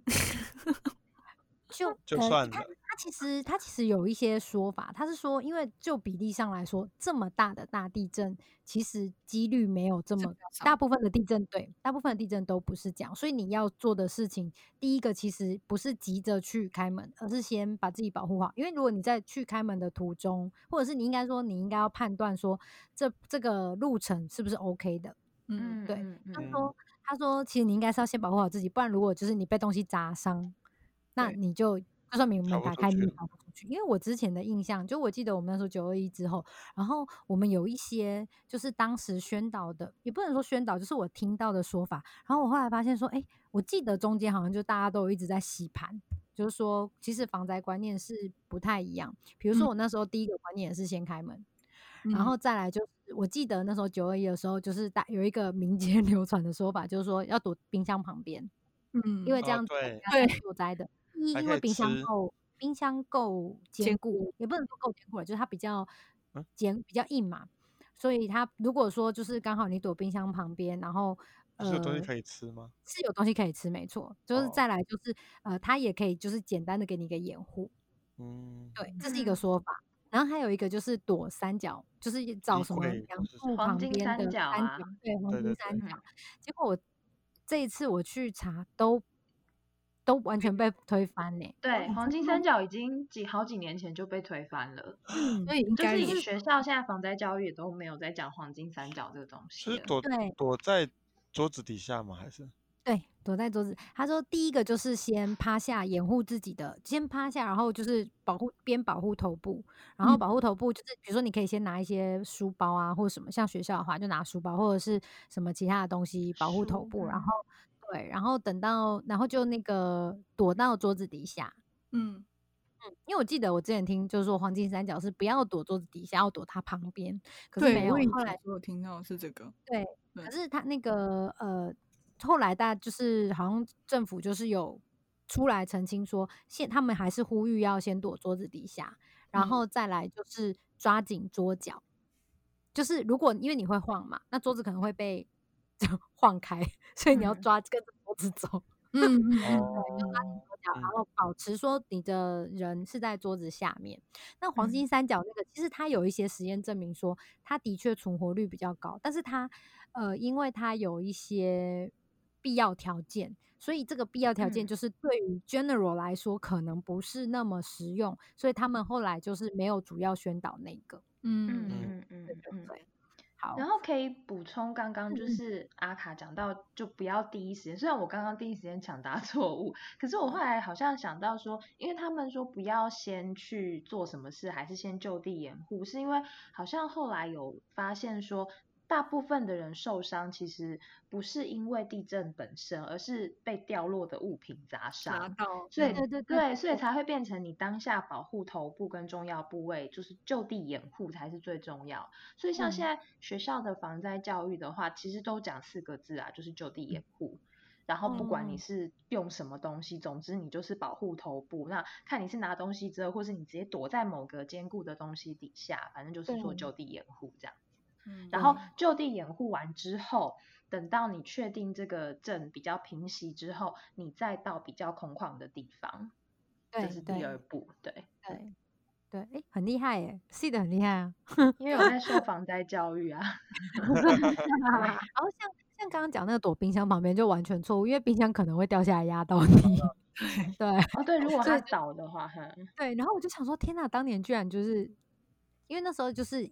就算了。 他其实有一些说法，他是说，因为就比例上来说，这么大的大地震，其实几率没有这么大部分的地震都不是这样，所以你要做的事情，第一个其实不是急着去开门，而是先把自己保护好。因为如果你在去开门的途中，或者是你应该要判断说这个路程是不是 OK 的。对，他说其实你应该是要先保护好自己，不然如果就是你被东西砸伤，那你就算门打开，你也跑不出去。因为我之前的印象，就我记得我们那时候921之后，然后我们有一些就是当时宣导的，也不能说宣导，就是我听到的说法。然后我后来发现说，我记得中间好像就大家都有一直在洗盘，就是说其实防灾观念是不太一样。比如说我那时候第一个观念也是先开门，然后再来就是我记得那时候921的时候，就是有一个民间流传的说法，就是说要躲冰箱旁边，因为这样子对受灾的。因为冰箱够坚固，也不能说够坚固了，就是它比较硬嘛，所以它如果说就是刚好你躲冰箱旁边，然后是有东西可以吃吗？ 是有东西可以吃，没错。就是再来就是它也可以就是简单的给你一个掩护，对，这是一个说法。然后还有一个就是躲三角，就是找什么梁柱旁边的三角，对，黄金三角。结果我这一次我去查都完全被推翻呢。 对，黄金三角已经好几年前就被推翻了。 所以就是你学校现在防灾教育也都没有在讲黄金三角这个东西。 是躲在桌子底下吗？还是？ 对，躲在桌子。他说第一个就是先趴下掩护自己的，先趴下，然后就是边保护头部，然后保护头部就是比如说你可以先拿一些书包啊，或者什么，像学校的话就拿书包或者是什么其他的东西保护头部，然后对，然后然后就那个躲到桌子底下。因为我记得我之前听就是说黄金三角是不要躲桌子底下，要躲它旁边。可是没有，后来我听到是这个。 对，可是他那个后来大家就是好像政府就是有出来澄清说，他们还是呼吁要先躲桌子底下，然后再来就是抓紧桌角。就是如果因为你会晃嘛，那桌子可能会被晃开，所以你要跟着桌子走。对，就抓紧桌角，然后保持说你的人是在桌子下面。那黄金三角那个，其实它有一些实验证明说，它的确存活率比较高，但是它因为它有一些必要条件，所以这个必要条件就是对于 general 来说可能不是那么实用，所以他们后来就是没有主要宣导那个。对。好， 然后可以补充刚刚就是阿卡讲到就不要第一时间，虽然我刚刚第一时间抢答错误，可是我后来好像想到说，因为他们说不要先去做什么事，还是先就地掩护，是因为好像后来有发现说大部分的人受伤其实不是因为地震本身，而是被掉落的物品砸伤，所以所以才会变成你当下保护头部跟重要部位，就是就地掩护才是最重要。所以像现在学校的防灾教育的话，其实都讲4个字啊，就是就地掩护。然后不管你是用什么东西，总之你就是保护头部。那看你是拿东西遮，或是你直接躲在某个坚固的东西底下，反正就是做就地掩护这样。然后就地掩护完之后，等到你确定这个震比较平息之后，你再到比较空旷的地方，这是第2步。对， 很厉害耶，C 的很厉害啊， 因为有在受防灾教育啊。 然后像刚刚讲那个躲冰箱旁边就完全错误，因为冰箱可能会掉下来压到你。 对，如果它倒的话， 对，然后我就想说，天哪，当年居然就是因为那时候就是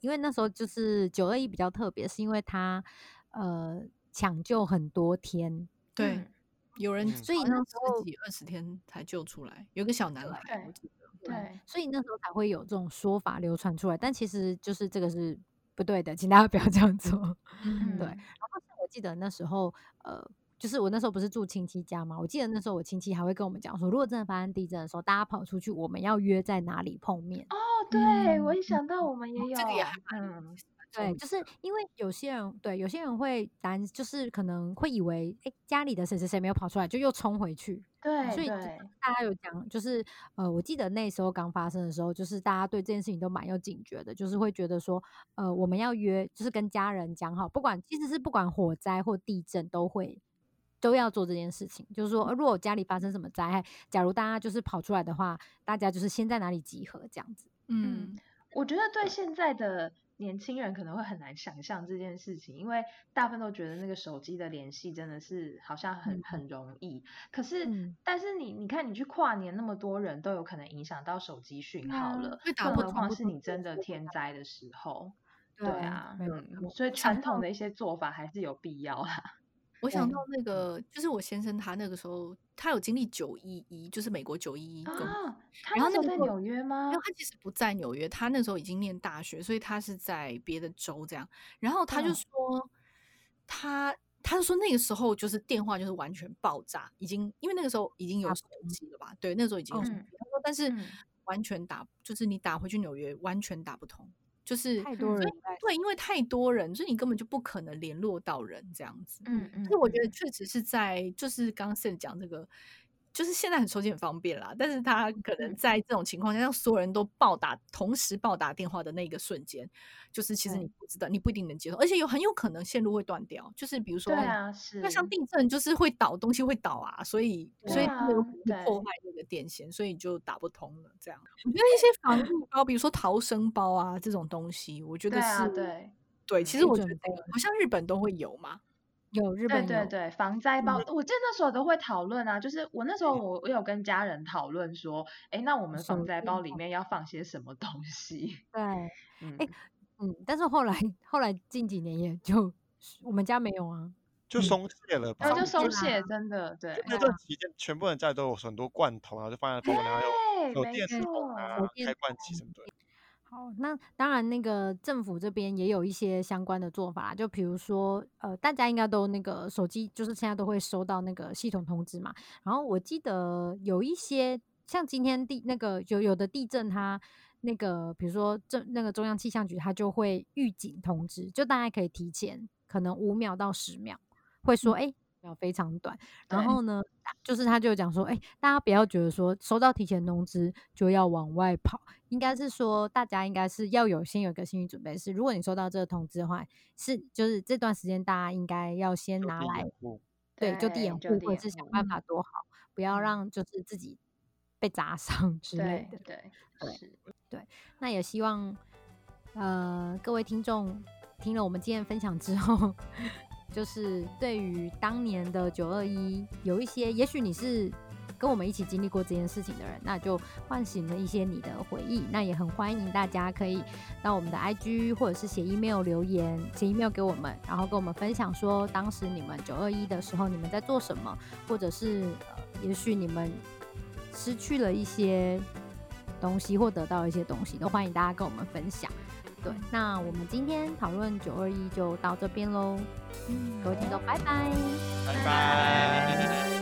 921比较特别，是因为它抢救很多天， 对，有人所以那时候 10几20天才救出来，有个小男孩，我记得。 对，所以那时候才会有这种说法流传出来，但其实就是这个是不对的，请大家不要这样做。对，然后我记得那时候就是我那时候不是住亲戚家嘛，我记得那时候我亲戚还会跟我们讲说，如果真的发生地震的时候，大家跑出去，我们要约在哪里碰面。 对，我一想到我们也有， 这个也还对，就是因为有些人会就是可能会以为，家里的谁谁谁没有跑出来，就又冲回去。 对， 所以大家有讲，就是我记得那时候刚发生的时候，就是大家对这件事情都蛮有警觉的，就是会觉得说，我们要约，就是跟家人讲好，不管火灾或地震都要做这件事情。就是说，如果家里发生什么灾害，假如大家就是跑出来的话，大家就是先在哪里集合这样子。 我觉得对现在的年轻人可能会很难想象这件事情，因为大部分都觉得那个手机的联系真的是好像很容易。可是，但是你看，你去跨年那么多人都有可能影响到手机讯号了，更何况是你真的天灾的时候。对啊，所以传统的一些做法还是有必要啦。 我想到那个，就是我先生他那个时候，他有经历911，就是美国911公司。 他那时候在纽约吗？ 因为他其实不在纽约，他那时候已经念大学，所以他是在别的州这样。然后他就说，他就说那个时候就是电话就是完全爆炸，因为那个时候已经有手机了吧？对，那个时候已经有手机。他说，但是完全就是你打回去纽约完全打不通。就是太多人， 对，因为太多人，所以你根本就不可能联络到人这样子。所以我觉得确实是就是刚刚 Sen 讲这个，就是现在手机很方便啦，但是他可能在这种情况下，让所有人都同时报打电话的那个瞬间，就是其实你不知道，你不一定能接受，而且很有可能线路会断掉，就是比如说，那像地震就是东西会倒啊，所以它有可能破坏那个电线，所以就打不通了。这样，我觉得一些防护包，比如说逃生包啊这种东西，我觉得是，对，其实我觉得好像日本都会有嘛。 有日本对，防灾包，我记得那时候都会讨论啊，就是我那时候我有跟家人讨论说，那我们防灾包里面要放些什么东西？ 对，但是后来近几年也就我们家没有啊， 就松懈了吧？ 就松懈，真的对。 那段期间，全部人家里都有很多罐头，然后就放在包，然后有电筒啊、开罐器什么的。 好，那当然，那个政府这边也有一些相关的做法，就比如说，大家应该都那个手机，就是现在都会收到那个系统通知嘛。然后我记得有一些像今天那个有的地震，它那个比如说那个中央气象局，它就会预警通知，就大家可以提前可能5秒到10秒，会说秒非常短。然后呢，就是他就讲说，大家不要觉得说收到提前通知就要往外跑，应该是说大家应该是要先有一个心理准备，是如果你收到这个通知的话，就是这段时间大家应该要先拿来就地掩护，或者是想办法躲好，不要让就是自己被砸伤之类的。对，那也希望各位听众听了我们今天分享之后。就是对于当年的921有一些，也许你是跟我们一起经历过这件事情的人，那就唤醒了一些你的回忆。那也很欢迎大家可以到我们的 IG 或者是写 email 留言，写 email 给我们，然后跟我们分享说当时你们921的时候你们在做什么，或者是也许你们失去了一些东西或得到一些东西，都欢迎大家跟我们分享。 对，那我们今天讨论921就到这边喽。各位听众，拜拜， 拜拜。